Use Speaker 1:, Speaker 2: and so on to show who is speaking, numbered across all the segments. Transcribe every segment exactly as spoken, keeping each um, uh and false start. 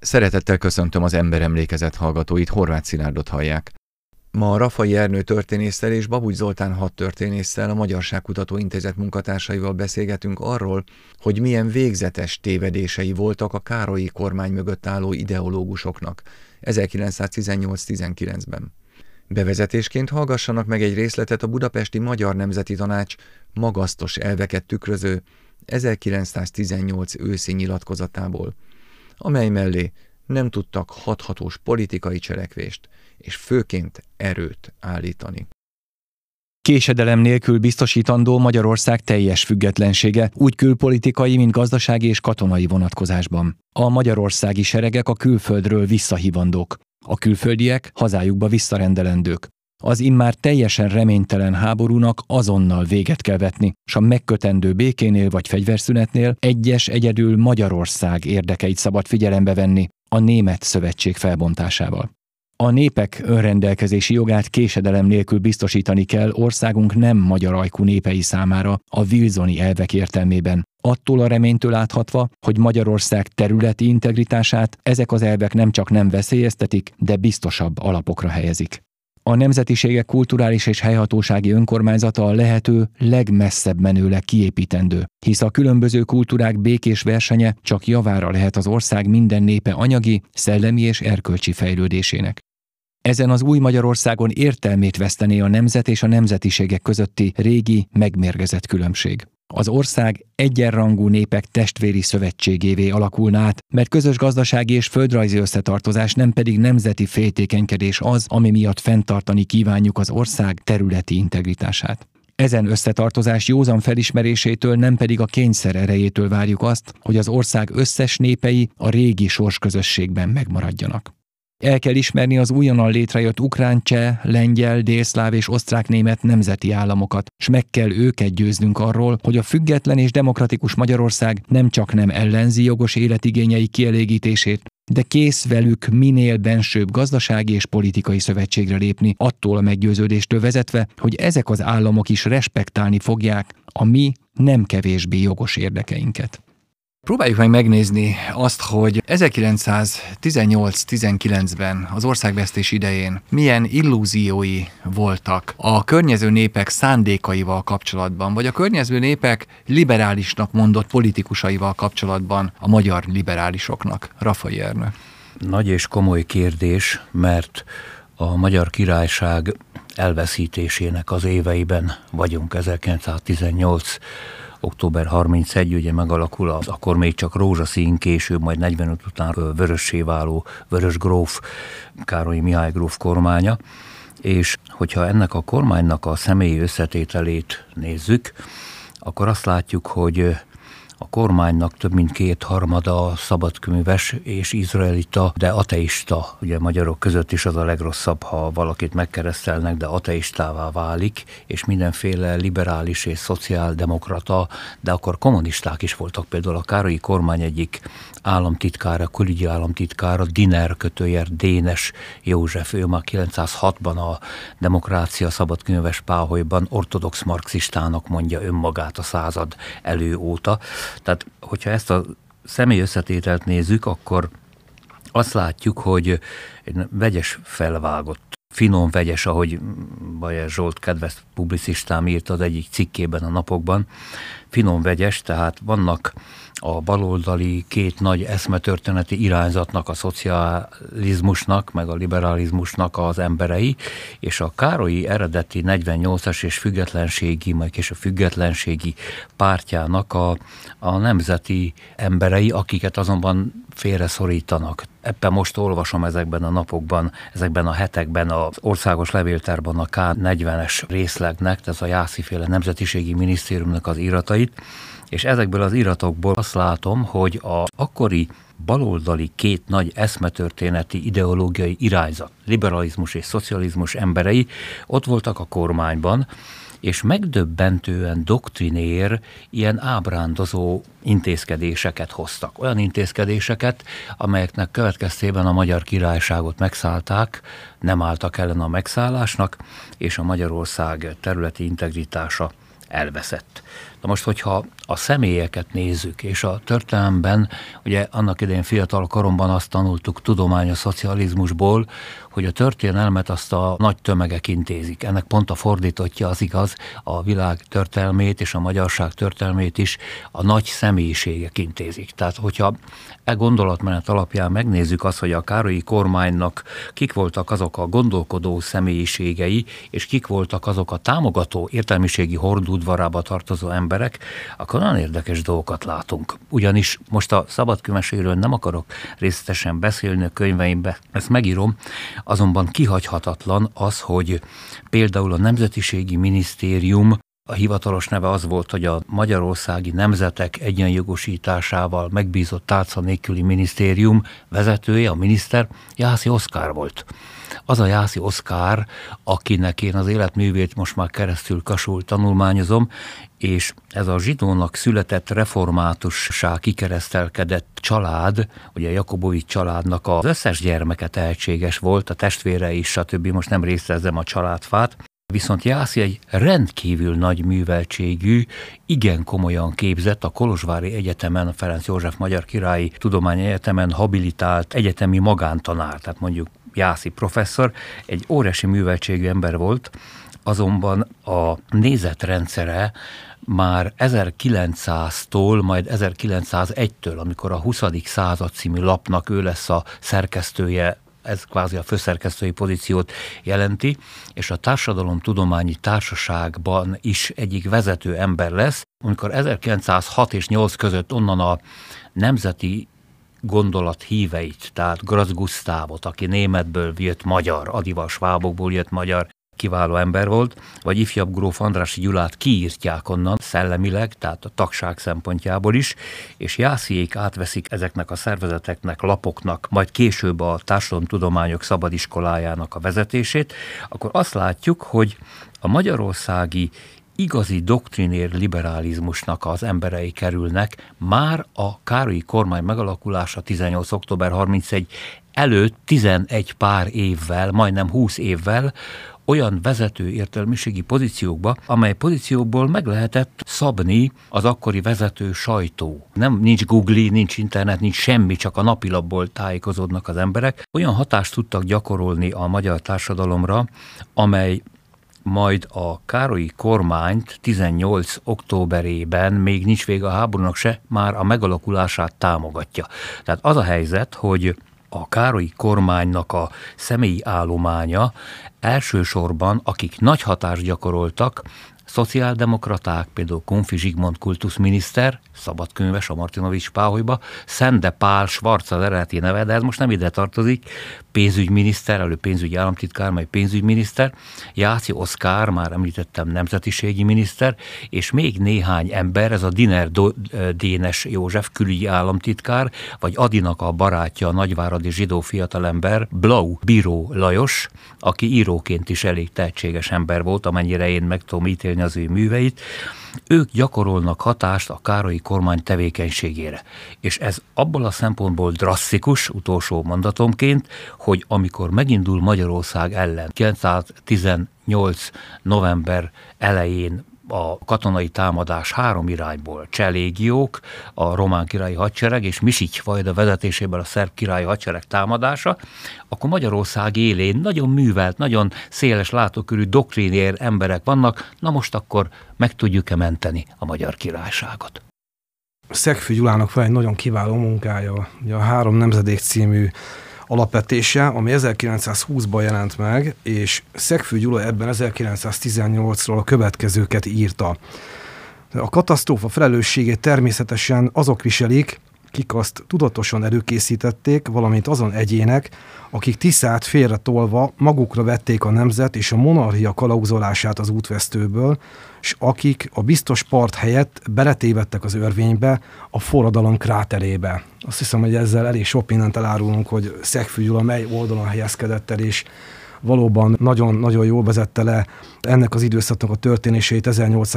Speaker 1: Szeretettel köszöntöm az Emberemlékezet hallgatóit, Horváth Szilárdot hallják. Ma Rafai Ernő történésszel és Babucs Zoltán hadtörténésszel, a Magyarságkutató Intézet munkatársaival beszélgetünk arról, hogy milyen végzetes tévedései voltak a Károlyi kormány mögött álló ideológusoknak ezerkilencszáztizennyolc-tizenkilencben. Bevezetésként hallgassanak meg egy részletet a Budapesti Magyar Nemzeti Tanács magasztos elveket tükröző ezerkilencszáztizennyolc őszi nyilatkozatából, amely mellé nem tudtak hathatós politikai cselekvést és főként erőt állítani.
Speaker 2: Késedelem nélkül biztosítandó Magyarország teljes függetlensége, úgy külpolitikai, mint gazdasági és katonai vonatkozásban. A magyarországi seregek a külföldről visszahívandók, a külföldiek hazájukba visszarendelendők. Az immár teljesen reménytelen háborúnak azonnal véget kell vetni, s a megkötendő békénél vagy fegyverszünetnél egyes egyedül Magyarország érdekeit szabad figyelembe venni a Német Szövetség felbontásával. A népek önrendelkezési jogát késedelem nélkül biztosítani kell országunk nem magyar ajkú népei számára a wilsoni elvek értelmében, attól a reménytől áthatva, hogy Magyarország területi integritását ezek az elvek nem csak nem veszélyeztetik, de biztosabb alapokra helyezik. A nemzetiségek kulturális és helyhatósági önkormányzata a lehető legmesszebb menőleg kiépítendő, hisz a különböző kultúrák békés versenye csak javára lehet az ország minden népe anyagi, szellemi és erkölcsi fejlődésének. Ezen az új Magyarországon értelmét vesztené a nemzet és a nemzetiségek közötti régi, megmérgezett különbség. Az ország egyenrangú népek testvéri szövetségévé alakulna át, mert közös gazdasági és földrajzi összetartozás, nem pedig nemzeti féltékenykedés az, ami miatt fenntartani kívánjuk az ország területi integritását. Ezen összetartozás józan felismerésétől, nem pedig a kényszer erejétől várjuk azt, hogy az ország összes népei a régi sorsközösségben megmaradjanak. El kell ismerni az újonnan létrejött ukrán, cseh, lengyel, délszláv és osztrák-német nemzeti államokat, s meg kell őket győznünk arról, hogy a független és demokratikus Magyarország nem csak nem ellenzi jogos életigényei kielégítését, de kész velük minél bensőbb gazdasági és politikai szövetségre lépni, attól a meggyőződéstől vezetve, hogy ezek az államok is respektálni fogják a mi nem kevésbé jogos érdekeinket.
Speaker 1: Próbáljuk meg megnézni azt, hogy ezerkilencszáztizennyolc-tizenkilencben az országvesztés idején milyen illúziói voltak a környező népek szándékaival kapcsolatban, vagy a környező népek liberálisnak mondott politikusaival kapcsolatban a magyar liberálisoknak. Rafai Ernő.
Speaker 3: Nagy és komoly kérdés, mert a Magyar Királyság elveszítésének az éveiben vagyunk. ezerkilencszáztizennyolc október harmincegy, ugye megalakul az akkor még csak rózsaszín, később majd negyvenöt után vörössé váló Vörös gróf, Károlyi Mihály gróf kormánya, és hogyha ennek a kormánynak a személyi összetételét nézzük, akkor azt látjuk, hogy a kormánynak több mint kétharmada szabadkönyves és izraelita, de ateista. Ugye magyarok között is az a legrosszabb, ha valakit megkeresztelnek, de ateistává válik, és mindenféle liberális és szociáldemokrata, de akkor kommunisták is voltak. Például a Károlyi kormány egyik államtitkára, külügyi államtitkára, Diner kötőjel Dénes József, ő már kilencszázhatban a Demokrácia szabadkönyves páholyban ortodox marxistának mondja önmagát a század elő óta. Tehát, hogyha ezt a személy összetételt nézzük, akkor azt látjuk, hogy egy vegyes felvágott, finom vegyes, ahogy Bajer Zsolt kedves publicisztám írt az egyik cikkében a Napokban, finom vegyes, tehát vannak a baloldali két nagy eszmetörténeti irányzatnak, a szocializmusnak, meg a liberalizmusnak az emberei, és a Károlyi eredeti negyvennyolcas és függetlenségi, meg és a függetlenségi pártjának a, a nemzeti emberei, akiket azonban félreszorítanak. Ebben most olvasom ezekben a napokban, ezekben a hetekben az országos levéltárban a ká negyvenes részlegnek, tehát a Jásziféle Nemzetiségi Minisztériumnak az iratait, és ezekből az iratokból azt látom, hogy az akkori baloldali két nagy eszmetörténeti ideológiai irányzat, liberalizmus és szocializmus emberei ott voltak a kormányban, és megdöbbentően doktrinér, ilyen ábrándozó intézkedéseket hoztak. Olyan intézkedéseket, amelyeknek következtében a Magyar Királyságot megszállták, nem álltak ellen a megszállásnak, és a Magyarország területi integritása elveszett. Na most, hogyha a személyeket nézzük, és a történelemben, ugye annak idején fiatal koromban azt tanultuk tudományos szocializmusból, hogy a történelmet azt a nagy tömegek intézik. Ennek pont a fordítottja az igaz, a világ történelmét és a magyarság történelmét is a nagy személyiségek intézik. Tehát, hogyha e gondolatmenet alapján megnézzük azt, hogy a Károlyi kormánynak kik voltak azok a gondolkodó személyiségei, és kik voltak azok a támogató értelmiségi hordóudvarába tartozó emberek, akkor nagyon érdekes dolgokat látunk. Ugyanis most a szabadkőmeséről nem akarok részletesen beszélni a könyveimbe, ezt megírom, azonban kihagyhatatlan az, hogy például a Nemzetiségi Minisztérium, a hivatalos neve az volt, hogy a Magyarországi Nemzetek Egyenjogosításával megbízott tálca nélküli minisztérium vezetője, a miniszter Jászi Oszkár volt. Az a Jászi Oszkár, akinek én az életművét most már keresztül kasul tanulmányozom, és ez a zsidónak született reformátussá kikeresztelkedett család, ugye a Jakobovics családnak az összes gyermeke tehetséges volt, a testvére is, stb. Most nem részlezzem a családfát, viszont Jászi egy rendkívül nagy műveltségű, igen komolyan képzett, a Kolozsvári Egyetemen, a Ferenc József Magyar Királyi Tudományegyetemen habilitált egyetemi magántanár, tehát mondjuk Jászi professzor, egy óriási műveltségű ember volt, azonban a nézetrendszere már ezerkilencszáztól, majd ezerkilencszázegytől, amikor a huszadik század című lapnak ő lesz a szerkesztője, ez kvázi a főszerkesztői pozíciót jelenti, és a Társadalomtudományi Társaságban is egyik vezető ember lesz, amikor ezerkilencszázhat és nyolc között onnan a nemzeti gondolat híveit, tehát Graz Gusztávot, aki németből jött magyar, adival svábokból jött magyar, kiváló ember volt, vagy ifjabb gróf Andrássy Gyulát kiírtják onnan szellemileg, tehát a tagság szempontjából is, és Jásziék átveszik ezeknek a szervezeteknek, lapoknak, majd később a Társadalomtudományok Szabadiskolájának a vezetését, akkor azt látjuk, hogy a magyarországi igazi doktrinér liberalizmusnak az emberei kerülnek már a Károlyi kormány megalakulása tizennyolc október harmincegy előtt tizenegy pár évvel, majdnem húsz évvel olyan vezető értelmiségi pozíciókba, amely pozíciókból meg lehetett szabni az akkori vezető sajtó. Nem, nincs Google, nincs internet, nincs semmi, csak a napilapból tájékozódnak az emberek. Olyan hatást tudtak gyakorolni a magyar társadalomra, amely majd a Károlyi kormányt tizennyolc októberében, még nincs vége a háborúnak se, már a megalakulását támogatja. Tehát az a helyzet, hogy a Károlyi kormánynak a személyi állománya elsősorban, akik nagy hatást gyakoroltak, szociáldemokraták, például Konfi Zsigmond kultuszminiszter, szabadkönyves a Martinovics Páholyba, Szende Pál Schwarz az eredeti neve, de ez most nem ide tartozik, pénzügyminiszter, elő pénzügyi államtitkár, majd pénzügyminiszter, Jászi Oszkár, már említettem, nemzetiségi miniszter, és még néhány ember, ez a Diner Dénes József, külügyi államtitkár, vagy Adinak a barátja, a nagyváradi zsidó fiatalember, Blau Bíró Lajos, aki íróként is elég tehetséges ember volt, amennyire én meg tudom ítélni az ő műveit. Ők gyakorolnak hatást a Károlyi kormány tevékenységére. És ez abból a szempontból drasztikus, utolsó mondatomként, hogy amikor megindul Magyarország ellen kilencszáztizennyolc november elején a katonai támadás három irányból, cseh légiók, a román királyi hadsereg és Misics vajda vezetésében a szerb királyi hadsereg támadása, akkor Magyarország élén nagyon művelt, nagyon széles látókörű doktrinér emberek vannak, na most akkor meg tudjuk-e menteni a Magyar Királyságot.
Speaker 4: Szegfű Gyulának van egy nagyon kiváló munkája, ugye a Három nemzedék című alapvetése, ami ezerkilencszázhúszban jelent meg, és Szegfű Gyula ebben ezerkilencszáztizennyolcról a következőket írta. A katasztrófa felelősségét természetesen azok viselik, kik azt tudatosan előkészítették, valamint azon egyének, akik Tiszát félretolva magukra vették a nemzet és a monarchia kalauzolását az útvesztőből, és akik a biztos part helyett beletévedtek az örvénybe, a forradalom kráterébe. Azt hiszem, hogy ezzel elég sok mindent elárulunk, hogy Szegfű Gyula mely oldalon helyezkedett el, és valóban nagyon-nagyon jól vezette le ennek az időszaknak a történéseit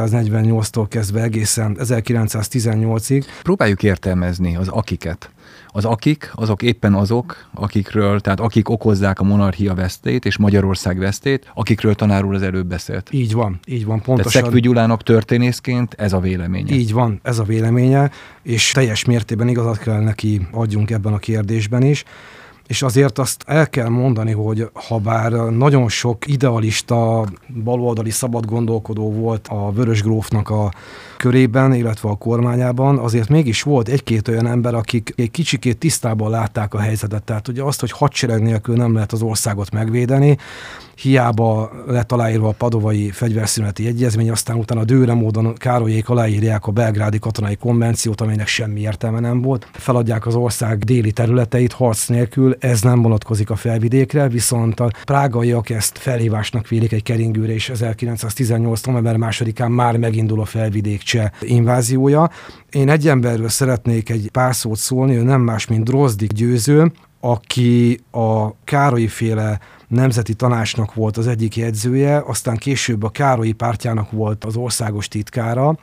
Speaker 4: ezernyolcszáznegyvennyolctól kezdve egészen ezerkilencszáztizennyolcig.
Speaker 1: Próbáljuk értelmezni az akiket.
Speaker 5: Az akik, azok éppen azok, akikről, tehát akik okozzák a monarchia vesztét és Magyarország vesztét, akikről tanár úr az előbb beszélt.
Speaker 4: Így van, így van, pontosan.
Speaker 5: Tehát Szegfű Gyulának történészként ez a véleménye.
Speaker 4: Így van, ez a véleménye, és teljes mértékben igazat kell neki adjunk ebben a kérdésben is. És azért azt el kell mondani, hogy ha bár nagyon sok idealista, baloldali szabadgondolkodó volt a Vörös grófnak a körében, illetve a kormányában, azért mégis volt egy-két olyan ember, akik egy kicsikét tisztában látták a helyzetet. Tehát ugye azt, hogy hadsereg nélkül nem lehet az országot megvédeni, hiába lett aláírva a padovai fegyverszüneti egyezmény, aztán utána dőre módon Károlyék aláírják a belgrádi katonai konvenciót, amelynek semmi értelme nem volt. Feladják az ország déli területeit harc nélkül, ez nem vonatkozik a felvidékre, viszont a prágaiak ezt felhívásnak vélik egy keringőre, és ezerkilencszáztizennyolc. november másodikán már megindul a felvidék cseh inváziója. Én egy emberről szeretnék egy pár szót szólni, ő nem más, mint Drozdik Győző, aki a Károlyi féle nemzeti tanácsnak volt az egyik jegyzője, aztán később a Károlyi pártjának volt az országos titkára.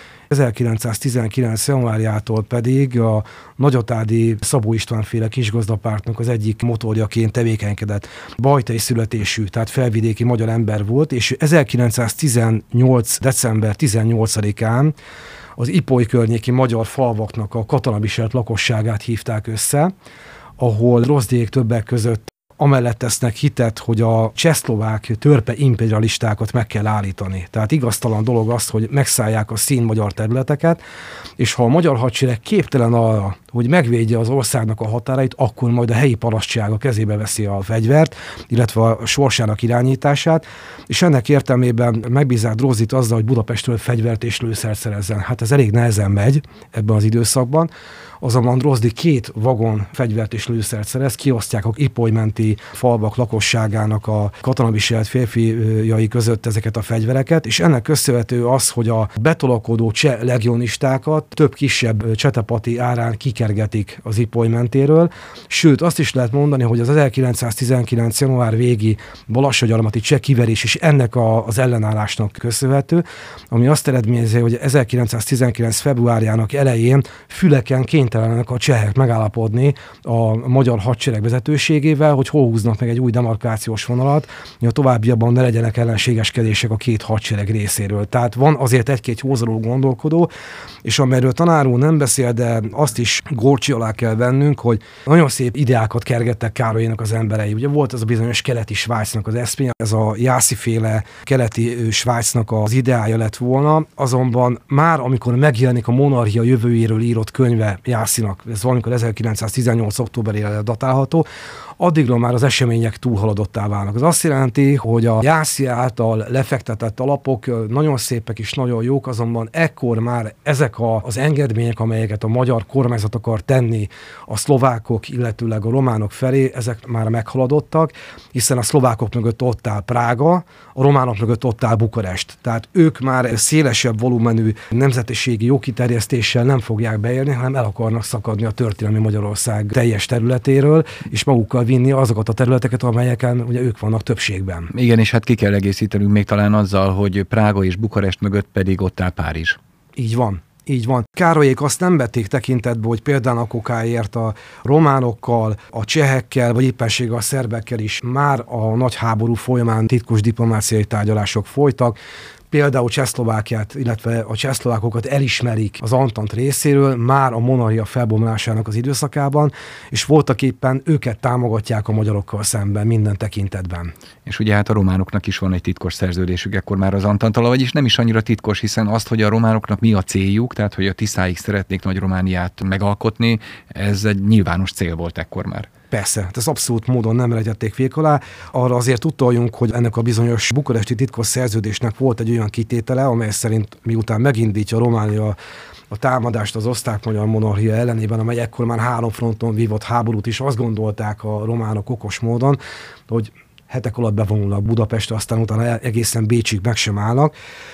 Speaker 4: ezerkilencszáztizenkilenc. januárjától pedig a nagyatádi Szabó István féle kisgazdapártnak az egyik motorjaként tevékenykedett. Bajtai születésű, tehát felvidéki magyar ember volt, és ezerkilencszáztizennyolc. december tizennyolcadikán az Ipoly környéki magyar falvaknak a katonaviselt lakosságát hívták össze, ahol Drozdék többek között amellett tesznek hitet, hogy a csehszlovák törpe imperialistákat meg kell állítani. Tehát igaztalan dolog az, hogy megszállják a szín magyar területeket, és ha a magyar hadsereg képtelen arra, hogy megvédje az országnak a határait, akkor majd a helyi parasztság a kezébe veszi a fegyvert, illetve a sorsának irányítását, és ennek értelmében megbízzák Drozdit azzal, hogy Budapestről fegyvert és lőszert szerezzen. Hát ez elég nehezen megy ebben az időszakban. Azonban Drozdi két vagon fegyvert és lőszert szerez, kiosztják a ipolymenti falvak lakosságának a katonaviselt férfiai között ezeket a fegyvereket, és ennek köszönhető az, hogy a betolakodó cseh legionistákat több kisebb csetepati árán kikergetik az Ipoly mentéről, sőt azt is lehet mondani, hogy az ezerkilencszáztizenkilenc. január végi balassagyarmati cseh kiverés is ennek a, az ellenállásnak köszönhető, ami azt eredményezi, hogy ezerkilencszáztizenkilenc. februárjának elején Füleken kénytelenek a csehek megállapodni a magyar hadsereg vezetőségével, hogy hol húznak meg egy új demarkációs vonalat, hogy a továbbiakban ne legyenek ellenségeskedések a két hadsereg részéről. Tehát van azért egy-két józanul gondolkodó, és amelyről tanár úr nem beszél, de azt is górcső alá kell vennünk, hogy nagyon szép ideákat kergettek Károlyénak az emberei. Ugye volt ez a bizonyos keleti Svájcnak az eszmény, ez a Jászi-féle keleti Svájcnak az ideája lett volna, azonban már amikor megjelenik a monarchia jövőjéről írott könyve Jászinak, ez valamikor ezerkilencszáztizennyolc. októberére datálható, addigra már az események túlhaladottá válnak. Ez azt jelenti, hogy a Jászi által lefektetett alapok nagyon szépek és nagyon jók, azonban ekkor már ezek a, az engedmények, amelyeket a magyar kormányzat akar tenni a szlovákok, illetőleg a románok felé, ezek már meghaladottak, hiszen a szlovákok mögött ott áll Prága, a románok mögött ott áll Bukarest. Tehát ők már szélesebb volumenű nemzetiségi jogkiterjesztéssel nem fogják beérni, hanem el akarnak szakadni a történelmi Magyarország teljes területéről, és magukkal vinni azokat a területeket, amelyeken ugye ők vannak többségben.
Speaker 5: Igen, és hát ki kell egészítenünk még talán azzal, hogy Prága és Bukarest mögött pedig ott áll Párizs.
Speaker 4: Így van. Így van. Károlyék azt nem vették tekintetbe, hogy például a kokáért a románokkal, a csehekkel, vagy éppenséggel a szerbekkel is már a nagy háború folyamán titkos diplomáciai tárgyalások folytak. Például Csehszlovákiát, illetve a csehszlovákokat elismerik az Antant részéről már a monarchia felbomlásának az időszakában, és voltak éppen őket támogatják a magyarokkal szemben minden tekintetben.
Speaker 5: És ugye hát a románoknak is van egy titkos szerződésük ekkor már az Antanttal, vagyis nem is annyira titkos, hiszen azt, hogy a románoknak mi a céljuk, tehát hogy a tiszáig szeretnék Nagy-Romániát megalkotni, ez egy nyilvános cél volt ekkor már.
Speaker 4: Persze, ez abszolút módon nem rejtették vék alá. Arra azért utaljunk, hogy ennek a bizonyos bukaresti titkos szerződésnek volt egy olyan kitétele, amely szerint miután megindítja Románia a támadást az osztrák-magyar monarchia ellenében, amely ekkor már három fronton vívott háborút is, azt gondolták a románok okos módon, hogy hetek alatt bevonulnak Budapestre, aztán utána egészen Bécsig meg sem állnak.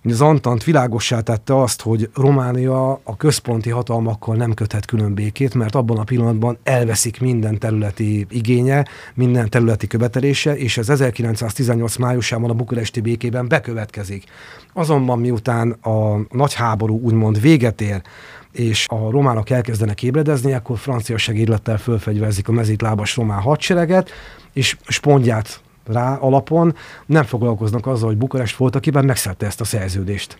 Speaker 4: Az Antant világossá tette azt, hogy Románia a központi hatalmakkal nem köthet külön békét, mert abban a pillanatban elveszik minden területi igénye, minden területi követelése, és ez ezerkilencszáztizennyolc májusában a bukaresti békében bekövetkezik. Azonban miután a nagy háború úgymond véget ér, és a románok elkezdenek ébredezni, akkor francia segédlettel fölfegyverzik a mezítlábas román hadsereget, és Spondját rá alapon nem foglalkoznak azzal, hogy Bukarest volt, akiben megszegte ezt a szerződést.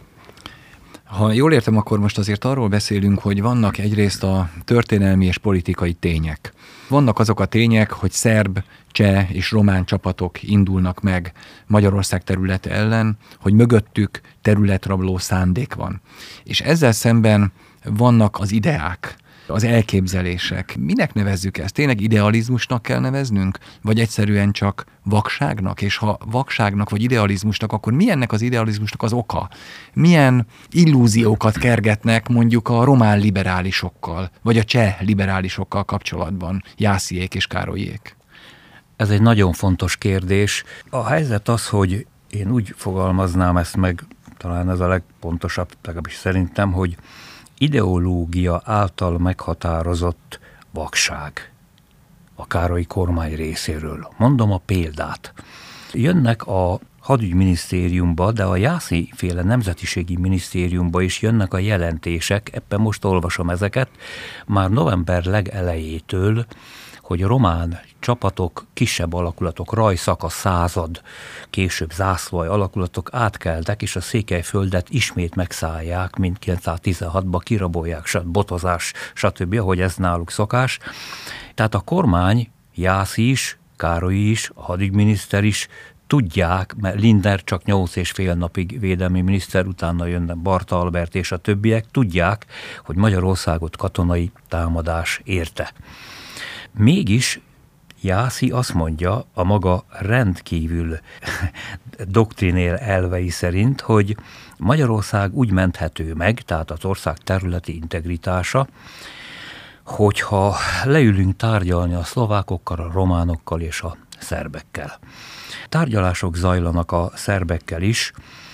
Speaker 5: Ha jól értem, akkor most azért arról beszélünk, hogy vannak egyrészt a történelmi és politikai tények. Vannak azok a tények, hogy szerb, cseh és román csapatok indulnak meg Magyarország területe ellen, hogy mögöttük területrabló szándék van. És ezzel szemben vannak az ideák, az elképzelések. Minek nevezzük ezt? Tényleg idealizmusnak kell neveznünk? Vagy egyszerűen csak vakságnak? És ha vakságnak vagy idealizmusnak, akkor mi ennek az idealizmusnak az oka? Milyen illúziókat kergetnek mondjuk a román liberálisokkal, vagy a cseh liberálisokkal kapcsolatban Jásziék és Károlyék?
Speaker 3: Ez egy nagyon fontos kérdés. A helyzet az, hogy én úgy fogalmaznám ezt meg, talán ez a legpontosabb, legalábbis szerintem, hogy ideológia által meghatározott vakság a Károlyi kormány részéről. Mondom a példát. Jönnek a hadügyminisztériumba, de a Jászi-féle nemzetiségi minisztériumba is jönnek a jelentések, ebben most olvasom ezeket, már november legelejétől, hogy román csapatok, kisebb alakulatok, Rajszak, a Század, később zászlóaj alakulatok átkeltek, és a Székelyföldet ismét megszállják, mint kilencszáztizenhatban kirabolják, botozás, stb., ahogy ez náluk szokás. Tehát a kormány, Jászi is, Károly is, a hadügyminiszter is tudják, mert Lindner csak nyolc és fél napig védelmi miniszter, utána jönnek Barta Albert és a többiek, tudják, hogy Magyarországot katonai támadás érte. Mégis Jászi azt mondja a maga rendkívül doktrinél elvei szerint, hogy Magyarország úgy menthető meg, tehát az ország területi integritása, hogyha leülünk tárgyalni a szlovákokkal, a románokkal és a szerbekkel. Tárgyalások zajlanak a szerbekkel is,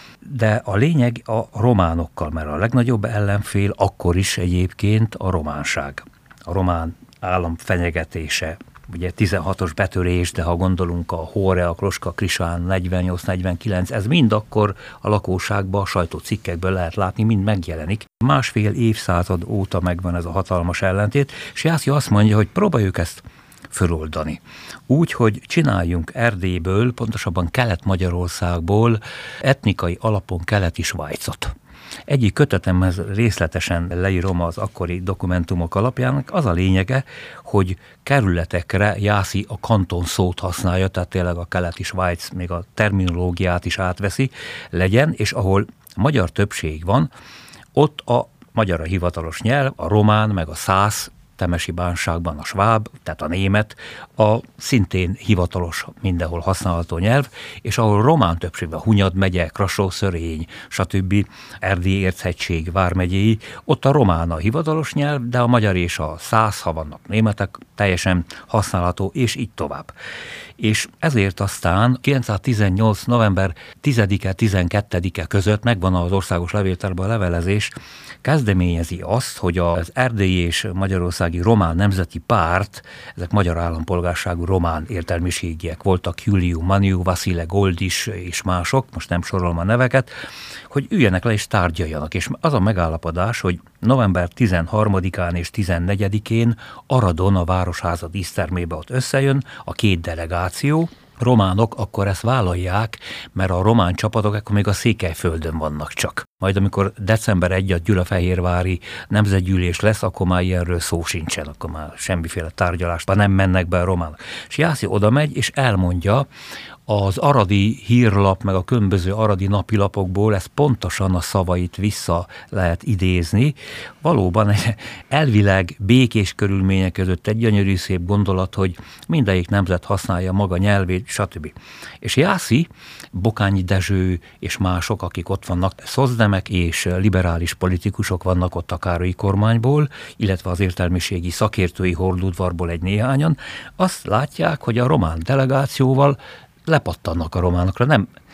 Speaker 3: de a lényeg a románokkal, mert a legnagyobb ellenfél akkor is egyébként a románság. A román állam fenyegetése, ugye tizenhatos betörés, de ha gondolunk a Hóre, a Kloska, Krisán, negyvennyolc negyvenkilenc, ez mind akkor a lakóságban, a sajtócikkekből lehet látni, mind megjelenik. Másfél évszázad óta megvan ez a hatalmas ellentét, és Jászi azt mondja, hogy próbáljuk ezt föloldani. Úgy, hogy csináljunk Erdélyből, pontosabban Kelet-Magyarországból etnikai alapon keleti Svájcot. Egyik kötetemhez részletesen leírom az akkori dokumentumok alapján, az a lényege, hogy kerületekre Jászi a kanton szót használja, tehát tényleg a keleti Svájc még a terminológiát is átveszi, legyen, és ahol magyar többség van, ott a magyar a hivatalos nyelv, a román meg a szász, Temesi bánságban a sváb, tehát a német, a szintén hivatalos mindenhol használható nyelv, és ahol román többségben Hunyad megye, Krassó-Szörény, stb. Erdély érchegység vármegyéi, ott a román a hivatalos nyelv, de a magyar és a szász, ha vannak németek, teljesen használható, és így tovább. És ezért aztán kilencszáztizennyolc november tizedike tizenkettedike között megvan az országos levéltárban a levelezés, kezdeményezi azt, hogy az erdélyi és magyarországi román nemzeti párt, ezek magyar állampolgárságú román értelmiségiek voltak, Juliu Maniu, Vasile Goldis és mások, most nem sorolom a neveket, hogy üljenek le és tárgyaljanak. És az a megállapodás, hogy november tizenharmadikán és tizennegyedikén Aradon, a Városháza dísztermébe ott összejön a két delegáció, románok akkor ezt vállalják, mert a román csapatok akkor még a Székelyföldön vannak csak. Majd amikor december elsején a gyulafehérvári nemzetgyűlés lesz, akkor már ilyenről szó sincsen, akkor már semmiféle tárgyalásban nem mennek be a románok. És Jászi oda megy, és elmondja, az aradi hírlap, meg a különböző aradi napilapokból ezt pontosan a szavait vissza lehet idézni. Valóban elvileg békés körülmények között egy gyönyörű szép gondolat, hogy mindegyik nemzet használja maga nyelvét, stb. És Jászi, Bokányi Dezső és mások, akik ott vannak, szozdemek és liberális politikusok vannak ott a Károlyi kormányból, illetve az értelmiségi szakértői hordudvarból egy néhányan, azt látják, hogy a román delegációval lepattannak a románokra. Nem,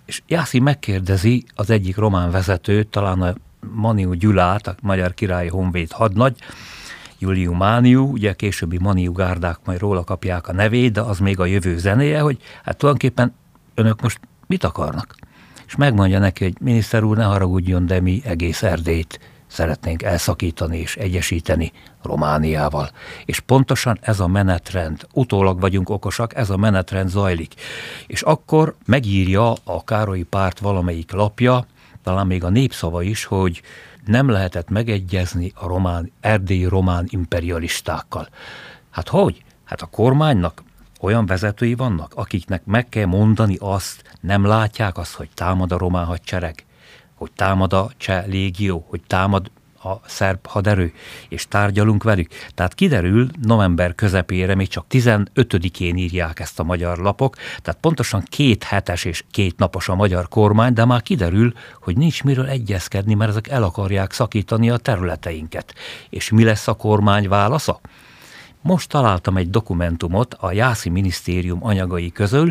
Speaker 3: És Jászai megkérdezi az egyik román vezetőt, talán a Maniu Gyulát, a magyar királyi honvéd hadnagy, Iuliu Maniu, ugye későbbi Maniu gárdák majd róla kapják a nevét, de az még a jövő zenéje, hogy hát tulajdonképpen önök most mit akarnak? És megmondja neki, hogy miniszter úr, ne haragudjon, de mi egész Erdélyt szeretnénk elszakítani és egyesíteni Romániával. És pontosan ez a menetrend, utólag vagyunk okosak, ez a menetrend zajlik. És akkor megírja a Károlyi párt valamelyik lapja, talán még a Népszava is, hogy nem lehetett megegyezni a román, erdélyi román imperialistákkal. Hát hogy? Hát a kormánynak olyan vezetői vannak, akiknek meg kell mondani azt, nem látják azt, hogy támad a román hadsereg, hogy támad a cseh légió, hogy támad a szerb haderő, és tárgyalunk velük. Tehát kiderül, november közepére, még csak tizenötödikén írják ezt a magyar lapok, tehát pontosan két hetes és két napos a magyar kormány, de már kiderül, hogy nincs miről egyezkedni, mert ezek el akarják szakítani a területeinket. És mi lesz a kormány válasza? Most találtam egy dokumentumot a Jászai minisztérium anyagai közül,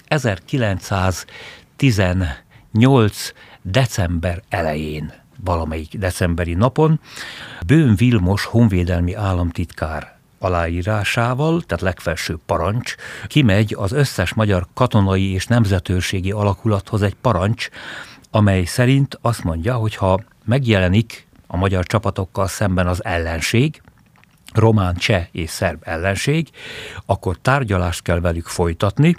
Speaker 3: ezerkilencszáztizennyolc december elején, valamelyik decemberi napon, Böhm Vilmos honvédelmi államtitkár aláírásával, tehát legfelsőbb parancs, kimegy az összes magyar katonai és nemzetőrségi alakulathoz egy parancs, amely szerint azt mondja, hogy ha megjelenik a magyar csapatokkal szemben az ellenség, román, cseh és szerb ellenség, akkor tárgyalást kell velük folytatni,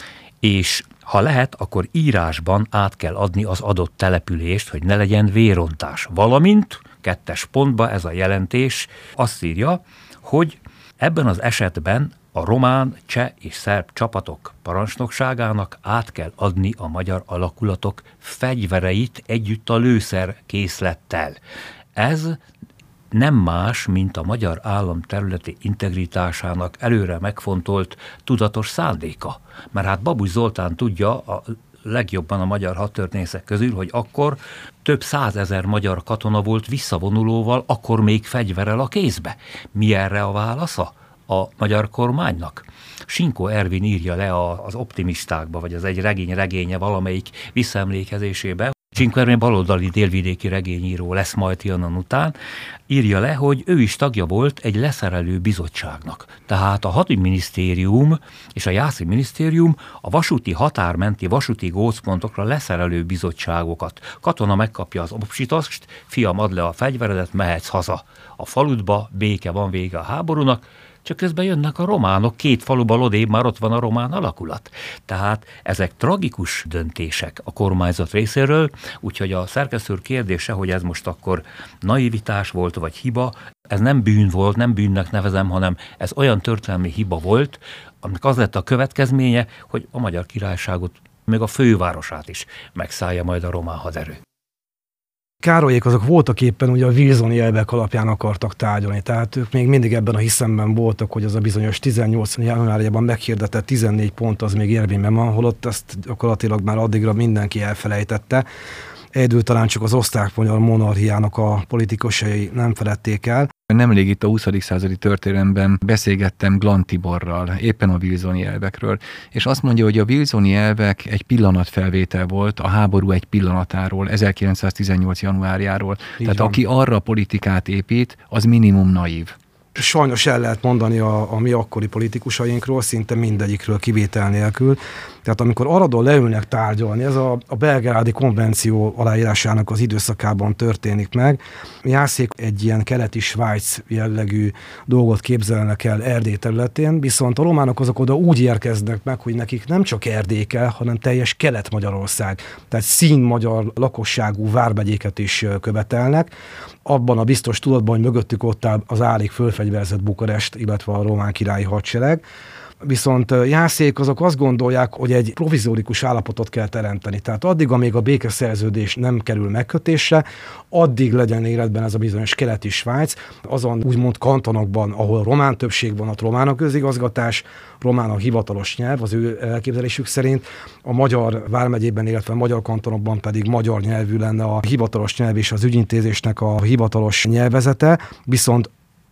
Speaker 3: és ha lehet, akkor írásban át kell adni az adott települést, hogy ne legyen vérontás. Valamint, kettes pontba ez a jelentés azt írja, hogy ebben az esetben a román, cseh és szerb csapatok parancsnokságának át kell adni a magyar alakulatok fegyvereit együtt a lőszerkészlettel. Ez nem más, mint a magyar állam területi integritásának előre megfontolt tudatos szándéka. Mert hát Babus Zoltán tudja a legjobban a magyar hadtörténészek közül, hogy akkor több százezer magyar katona volt visszavonulóval, akkor még fegyverrel a kézbe. Mi erre a válasza a magyar kormánynak? Sinkó Ervin írja le az Optimistákba, vagy az egy regény regénye valamelyik visszaemlékezésébe. Sinkó Ervin baloldali délvidéki regényíró lesz majd jönnan után, írja le, hogy ő is tagja volt egy leszerelő bizottságnak. Tehát a hadügyminisztérium és a Jászai minisztérium a vasúti határmenti vasúti gócpontokra leszerelő bizottságokat. Katona megkapja az obsitost, fiam, add le a fegyveredet, mehetsz haza. A faludba béke van, vége a háborúnak, csak közben jönnek a románok, két faluban odébb már ott van a román alakulat. Tehát ezek tragikus döntések a kormányzat részéről, úgyhogy a szerkesztő kérdése, hogy ez most akkor naivitás volt, vagy hiba, ez nem bűn volt, nem bűnnek nevezem, hanem ez olyan történelmi hiba volt, aminek az lett a következménye, hogy a Magyar Királyságot, még a fővárosát is megszállja majd a román haderő.
Speaker 4: Károlyék azok voltak éppen ugye a wilsoni elvek alapján akartak tárgyalni, tehát ők még mindig ebben a hiszemben voltak, hogy az a bizonyos tizennyolc januárjában meghirdetett tizennégy pont az még érvényben van, holott ezt gyakorlatilag már addigra mindenki elfelejtette. Egyedül talán csak az osztrák-magyar monarchiának a politikusai nem feledték el.
Speaker 5: Nemrég itt a huszadik századi történelemben beszélgettem Glan Tiborral, éppen a wilsoni elvekről, és azt mondja, hogy a wilsoni elvek egy pillanatfelvétel volt a háború egy pillanatáról, ezerkilencszáztizennyolc januárjáról. Így Tehát van. Aki arra a politikát épít, az minimum naív.
Speaker 4: Sajnos el lehet mondani a, a mi akkori politikusainkról, szinte mindegyikről kivétel nélkül. Tehát amikor Aradon leülnek tárgyalni, ez a, a belgrádi konvenció aláírásának az időszakában történik meg. Jászék egy ilyen keleti Svájc jellegű dolgot képzelnek el Erdély területén, viszont a románok azok oda úgy érkeznek meg, hogy nekik nem csak Erdély kell, hanem teljes Kelet-Magyarország. Tehát szín-magyar lakosságú vármegyéket is követelnek. Abban a biztos tudatban, hogy mögöttük ott áll az állig fölfegyverzett Bukarest, illetve a román királyi hadsereg. Viszont Jászék azok azt gondolják, hogy egy provizórikus állapotot kell teremteni. Tehát addig, amíg a békeszerződés nem kerül megkötésre, addig legyen életben ez a bizonyos keleti Svájc, azon úgymond kantonokban, ahol román többség van, ott román a közigazgatás, román a hivatalos nyelv, az ő elképzelésük szerint, a magyar vármegyében, illetve a magyar kantonokban pedig magyar nyelvű lenne a hivatalos nyelv és az ügyintézésnek a hivatalos nyelvezete, viszont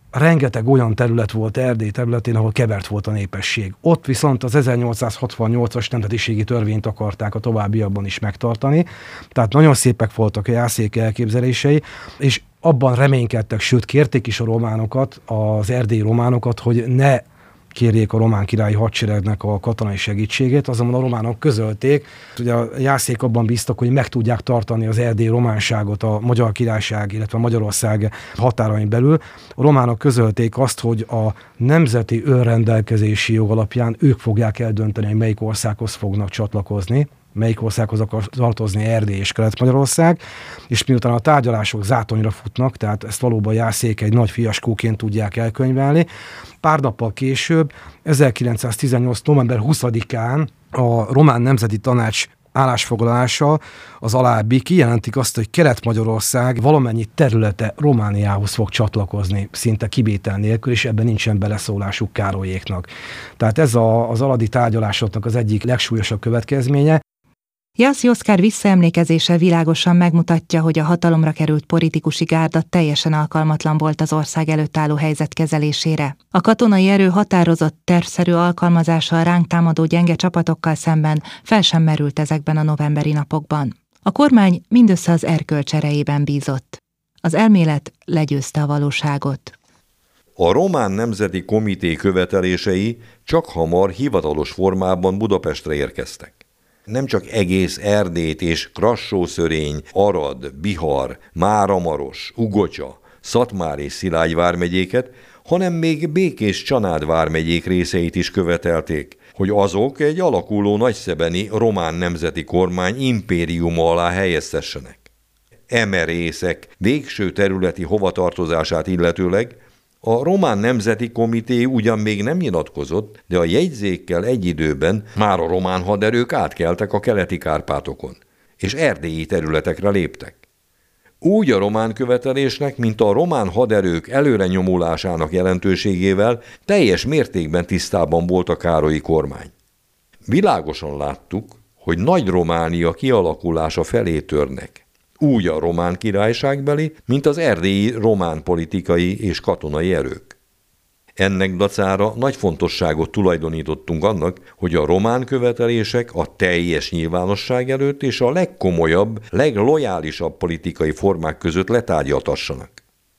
Speaker 4: rengeteg olyan terület volt Erdély területén, ahol kevert volt a népesség. Ott viszont az ezernyolcszázhatvannyolcas nemzetiségi törvényt akarták a továbbiakban is megtartani. Tehát nagyon szépek voltak a Jászék elképzelései, és abban reménykedtek, sőt kérték is a románokat, az erdélyi románokat, hogy ne kérjék a román királyi hadseregnek a katonai segítségét, azonban a románok közölték, ugye a Jászék abban bíztak, hogy meg tudják tartani az erdélyi románságot a Magyar Királyság, illetve a Magyarország határain belül. A románok közölték azt, hogy a nemzeti önrendelkezési jog alapján ők fogják eldönteni, hogy melyik országhoz fognak csatlakozni, melyik országhoz akar tartozni Erdély és Kelet-Magyarország, és miután a tárgyalások zátonyra futnak, tehát ezt valóban Jászék egy nagy fiaskóként tudják elkönyvelni, pár nappal később, ezerkilencszáztizennyolc. november huszadikán a Román Nemzeti Tanács állásfoglalása az alábbi kijelentik azt, hogy Kelet-Magyarország valamennyi területe Romániához fog csatlakozni, szinte kivétel nélkül, és ebben nincsen beleszólásuk Károlyéknak. Tehát ez a, az aladi tárgyalásoknak az egyik legsúlyosabb következménye.
Speaker 6: Jászai Oszkár visszaemlékezése világosan megmutatja, hogy a hatalomra került politikusi gárda teljesen alkalmatlan volt az ország előtt álló helyzet kezelésére. A katonai erő határozott, tervszerű alkalmazása a ránk támadó gyenge csapatokkal szemben fel sem merült ezekben a novemberi napokban. A kormány mindössze az erkölcs erejében bízott. Az elmélet legyőzte a valóságot.
Speaker 7: A Román Nemzeti Komité követelései csak hamar hivatalos formában Budapestre érkeztek. Nem csak egész Erdélyt és Krassó-Szörény, Arad, Bihar, Máramaros, Ugocsa, Szatmár és Szilágy vármegyéket, hanem még Békés-Csanád vármegyék részeit is követelték, hogy azok egy alakuló nagyszebeni román nemzeti kormány impériuma alá helyeztessenek. Eme részek végső területi hovatartozását illetőleg a Román Nemzeti Komité ugyan még nem nyilatkozott, de a jegyzékkel egy időben már a román haderők átkeltek a keleti Kárpátokon, és erdélyi területekre léptek. Úgy a román követelésnek, mint a román haderők előre nyomulásának jelentőségével teljes mértékben tisztában volt a károlyi kormány. Világosan láttuk, hogy Nagy-Románia kialakulása felé törnek. Úgy a román királyságbeli, mint az erdélyi román politikai és katonai erők. Ennek dacára nagy fontosságot tulajdonítottunk annak, hogy a román követelések a teljes nyilvánosság előtt és a legkomolyabb, leglojálisabb politikai formák között letárgyaltassanak.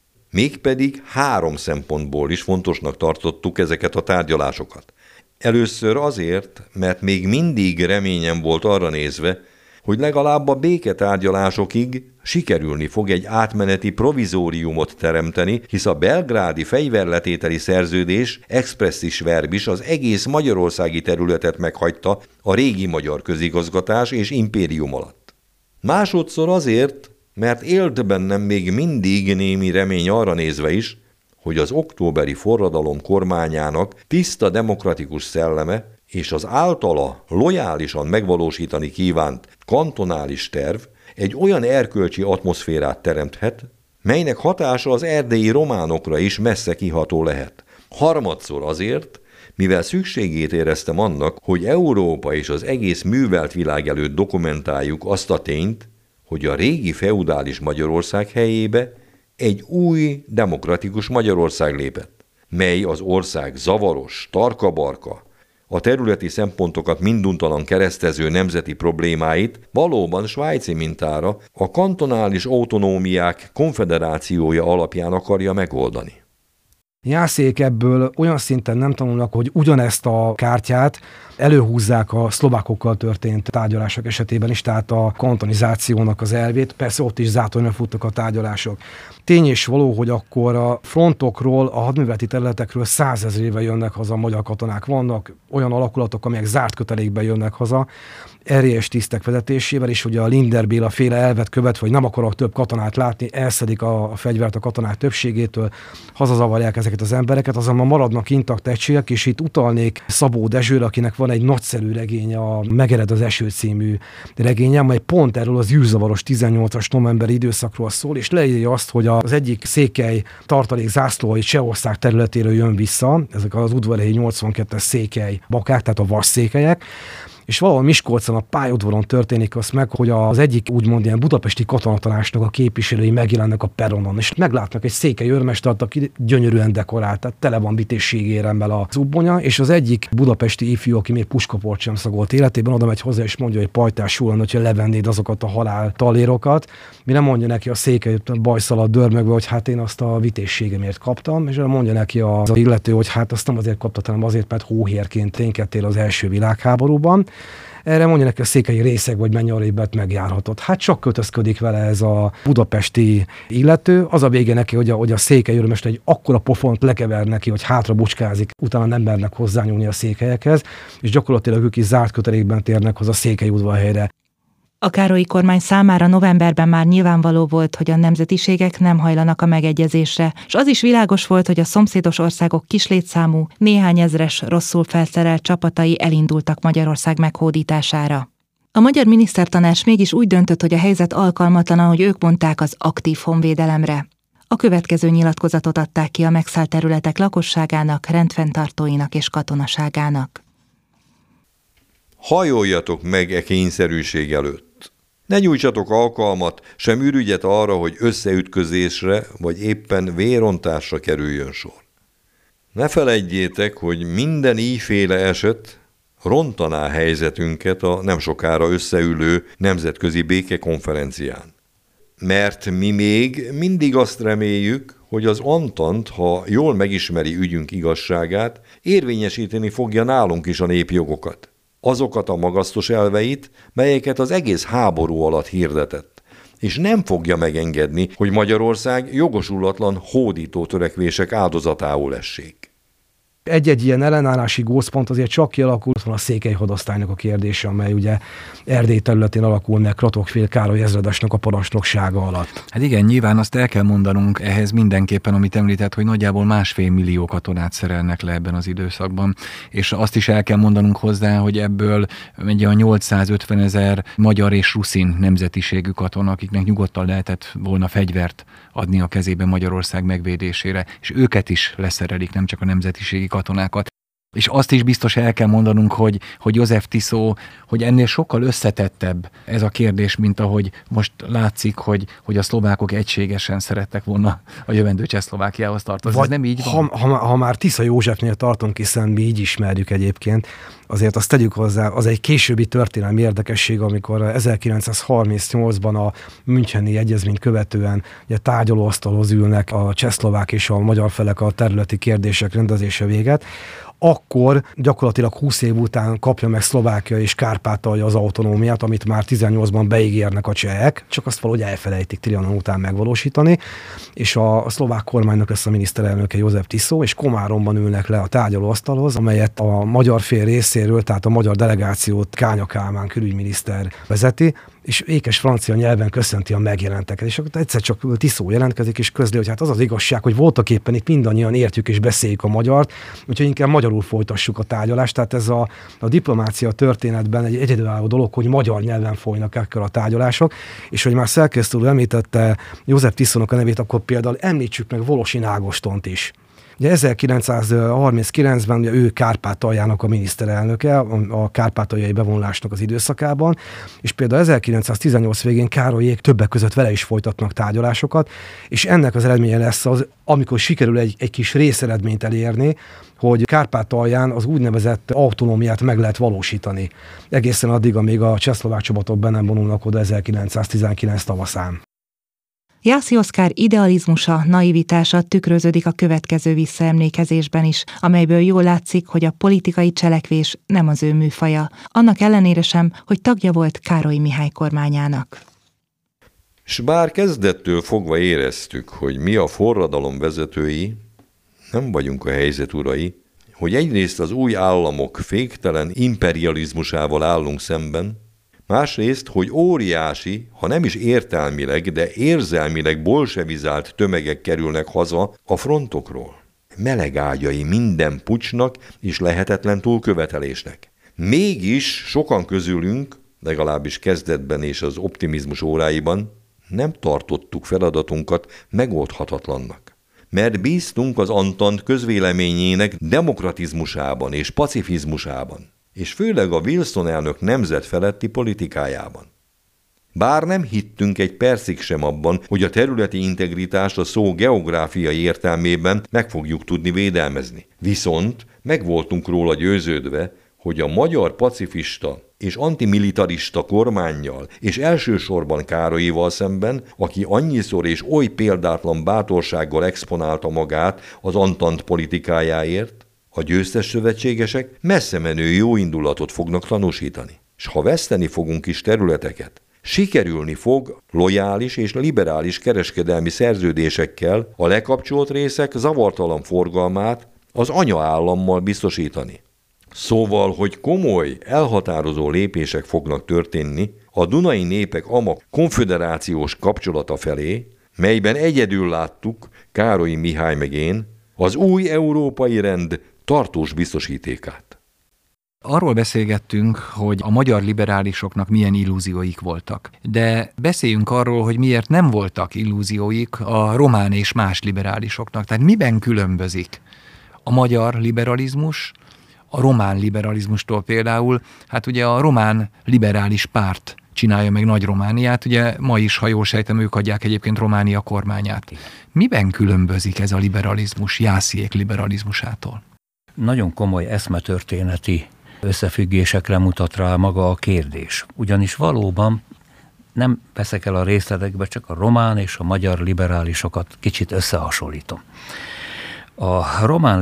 Speaker 7: Mégpedig három szempontból is fontosnak tartottuk ezeket a tárgyalásokat. Először azért, mert még mindig reményem volt arra nézve, hogy legalább a béketárgyalásokig sikerülni fog egy átmeneti provizóriumot teremteni, hisz a belgrádi fegyverletételi szerződés expressis verbis az egész magyarországi területet meghagyta a régi magyar közigazgatás és impérium alatt. Másodszor azért, mert élt bennem még mindig némi remény arra nézve is, hogy az októberi forradalom kormányának tiszta demokratikus szelleme és az általa lojálisan megvalósítani kívánt kantonális terv egy olyan erkölcsi atmoszférát teremthet, melynek hatása az erdélyi románokra is messze kiható lehet. Harmadszor azért, mivel szükségét éreztem annak, hogy Európa és az egész művelt világ előtt dokumentáljuk azt a tényt, hogy a régi feudális Magyarország helyébe egy új, demokratikus Magyarország lépett, mely az ország zavaros, tarka-barka, a területi szempontokat minduntalan keresztező nemzeti problémáit valóban svájci mintára a kantonális autonómiák konfederációja alapján akarja megoldani.
Speaker 4: Jászék ebből olyan szinten nem tanulnak, hogy ugyanezt a kártyát előhúzzák a szlovákokkal történt tárgyalások esetében is, tehát a kantonizációnak az elvét. Persze ott is zátonyra futtak a tárgyalások. Tény és való, hogy akkor a frontokról, a hadműveleti területekről százezrével jönnek haza a magyar katonák. Vannak olyan alakulatok, amelyek zárt kötelékben jönnek haza, erélyes tisztek vezetésével, és ugye a Linder Béla féle elvet követve, hogy nem akarok több katonát látni, elszedik a fegyvert a katonák többségétől, hazazavarják ezeket az embereket, azonban maradnak intakt egységek, és itt utalnék Szabó Dezsőre, akinek van egy nagyszerű regénye, a Megered az eső című regénye, amely pont erről az űrzavaros tizennyolcas novemberi időszakról szól, és leírja azt, hogy az egyik székely tartalék zászlói Csehország területéről jön vissza, ezek az udvarhelyi nyolcvankettes székely bakák, tehát a vasszékelyek, és valahol Miskolcon a pályaudvaron történik az meg, hogy az egyik úgymond ilyen budapesti katonatanácsnak a képviselői megjelennek a peronon, és meglátnak egy székely őrmestert, aki gyönyörűen dekorált, tehát tele van vitézségéremmel a zubbonya, és az egyik budapesti ifjú, aki még puskaport sem szagolt életében, oda megy hozzá és mondja, hogy pajtás úr, hogyha levennéd azokat a halál talérokat, mire mondja neki a székely bajszalat dörmögve, hogy hát én azt a vitézségemért kaptam, és mondja neki az illető, hogy hát azt nem azért kaptad, hanem azért, mert hóhérként ténykedtél az első világháborúban. Erre mondja neki a székely részeg, vagy menj arrébbet megjárhatod. Hát csak kötözködik vele ez a budapesti illető. Az a vége neki, hogy a, hogy a székely őrmester egy akkora pofont lekever neki, hogy hátra bucskázik, utána nem mernek hozzányúlni a székelyekhez, és gyakorlatilag ők is zárt kötelékben térnek hozzá a székely udvarhelyre.
Speaker 6: A Károlyi kormány számára novemberben már nyilvánvaló volt, hogy a nemzetiségek nem hajlanak a megegyezésre, és az is világos volt, hogy a szomszédos országok kislétszámú, néhány ezres rosszul felszerelt csapatai elindultak Magyarország meghódítására. A magyar minisztertanács mégis úgy döntött, hogy a helyzet alkalmatlan, ahogy ők mondták, az aktív honvédelemre. A következő nyilatkozatot adták ki a megszállt területek lakosságának, rendfenntartóinak és katonaságának.
Speaker 7: Hajoljatok meg e kényszerűség előtt. Ne nyújtsatok alkalmat, sem ürügyet arra, hogy összeütközésre vagy éppen vérontásra kerüljön sor. Ne feledjétek, hogy minden íjféle eset rontaná helyzetünket a nem sokára összeülő nemzetközi békekonferencián. Mert mi még mindig azt reméljük, hogy az Antant, ha jól megismeri ügyünk igazságát, érvényesíteni fogja nálunk is a népjogokat. Azokat a magasztos elveit, melyeket az egész háború alatt hirdetett, és nem fogja megengedni, hogy Magyarország jogosulatlan hódító törekvések áldozatául essék.
Speaker 4: Egy-egy ilyen ellenállási gócpont azért csak kialakult, van a székely hadosztálynak a kérdése, amely ugye Erdély területén alakul meg Kratókfél Károly ezredesnek a parancsnoksága alatt.
Speaker 5: Hát igen, nyilván azt el kell mondanunk ehhez mindenképpen, amit említett, hogy nagyjából másfél millió katonát szerelnek le ebben az időszakban, és azt is el kell mondanunk hozzá, hogy ebből egy a nyolcszázötven ezer magyar és ruszin nemzetiségű katona, akiknek nyugodtan lehetett volna fegyvert adni a kezébe Magyarország megvédésére, és őket is leszerelik, nem csak a nemzetiségi katonákat. És azt is biztos el kell mondanunk, hogy, hogy József Tiso, hogy ennél sokkal összetettebb ez a kérdés, mint ahogy most látszik, hogy, hogy a szlovákok egységesen szerettek volna a jövendő Csehszlovákiához tartozni. Ez nem így van?
Speaker 4: Ha, ha, ha már Tisza Józsefnél tartunk, hiszen mi így ismerjük egyébként, azért azt tegyük hozzá, az egy későbbi történelmi érdekesség, amikor ezerkilencszázharmincnyolcban a Müncheni egyezményt követően ugye tárgyalóasztalhoz ülnek a csehszlovák és a magyar felek a területi kérdések rendezése véget, akkor gyakorlatilag húsz év után kapja meg Szlovákia és Kárpátalja az autonómiát, amit már tizennyolcban beígérnek a csehek, csak azt valahogy elfelejtik Trianon után megvalósítani, és a, a szlovák kormánynak lesz a miniszterelnöke József Tiso, és Komáromban ülnek le a tárgyalóasztalhoz, amelyet a magyar fél részéről, tehát a magyar delegációt Kánya Kálmán külügyminiszter vezeti, és ékes francia nyelven köszönti a megjelenteket. És akkor egyszer csak Tiso jelentkezik, és közli, hogy hát az az igazság, hogy voltak éppen itt mindannyian értjük és beszéljük a magyart, úgyhogy inkább magyarul folytassuk a tárgyalást. Tehát ez a, a diplomácia történetben egy egyedülálló dolog, hogy magyar nyelven folynak ekkor a tárgyalások, és hogy már szerkesztő úr említette József Tisónak a nevét, akkor például említsük meg Volosin Ágostont is. Ugye ezerkilencszázharminckilencben ugye ő Kárpátaljának a miniszterelnöke, a kárpátaljai bevonulásnak az időszakában, és például ezerkilencszáztizennyolc végén Károlyék többek között vele is folytatnak tárgyalásokat, és ennek az eredménye lesz az, amikor sikerül egy, egy kis részeredményt elérni, hogy Kárpátalján az úgynevezett autonómiát meg lehet valósítani. Egészen addig, amíg a csehszlovák csapatok be nem vonulnak oda ezerkilencszáztizenkilenc tavaszán.
Speaker 6: Jászai Oszkár idealizmusa, naivitása tükröződik a következő visszaemlékezésben is, amelyből jól látszik, hogy a politikai cselekvés nem az ő műfaja, annak ellenére sem, hogy tagja volt Károly Mihály kormányának.
Speaker 7: S bár kezdettől fogva éreztük, hogy mi a forradalom vezetői, nem vagyunk a helyzet urai, hogy egyrészt az új államok féktelen imperializmusával állunk szemben, másrészt, hogy óriási, ha nem is értelmileg, de érzelmileg bolsevizált tömegek kerülnek haza a frontokról. Melegágyai minden pucsnak és lehetetlen túlkövetelésnek. Mégis sokan közülünk, legalábbis kezdetben és az optimizmus óráiban, nem tartottuk feladatunkat megoldhatatlannak. Mert bíztunk az Antant közvéleményének demokratizmusában és pacifizmusában. és főleg a Wilson elnök nemzetfeletti politikájában. Bár nem hittünk egy percig sem abban, hogy a területi integritást a szó geográfiai értelmében meg fogjuk tudni védelmezni. Viszont meg voltunk róla győződve, hogy a magyar pacifista és antimilitarista kormánnyal, és elsősorban Károlyival szemben, aki annyiszor és oly példátlan bátorsággal exponálta magát az Antant politikájáért, a győztes szövetségesek messze menő jó indulatot fognak tanúsítani. S ha veszteni fogunk is területeket, sikerülni fog lojális és liberális kereskedelmi szerződésekkel a lekapcsolt részek zavartalan forgalmát az anyaállammal biztosítani. Szóval, hogy komoly, elhatározó lépések fognak történni a dunai népek ama konföderációs kapcsolata felé, melyben egyedül láttuk, Károlyi Mihály meg én, az új európai rend tartós biztosítékát.
Speaker 5: Arról beszélgettünk, hogy a magyar liberálisoknak milyen illúzióik voltak. De beszéljünk arról, hogy miért nem voltak illúzióik a román és más liberálisoknak. Tehát miben különbözik a magyar liberalizmus a román liberalizmustól például? Hát ugye a román liberális párt csinálja meg Nagy-Romániát, ugye ma is, ha jól sejtem, ők adják egyébként Románia kormányát. Miben különbözik ez a liberalizmus Jászék liberalizmusától?
Speaker 3: Nagyon komoly eszmetörténeti összefüggésekre mutat rá maga a kérdés. Ugyanis valóban nem veszek el a részletekbe, csak a román és a magyar liberálisokat kicsit összehasonlítom. A román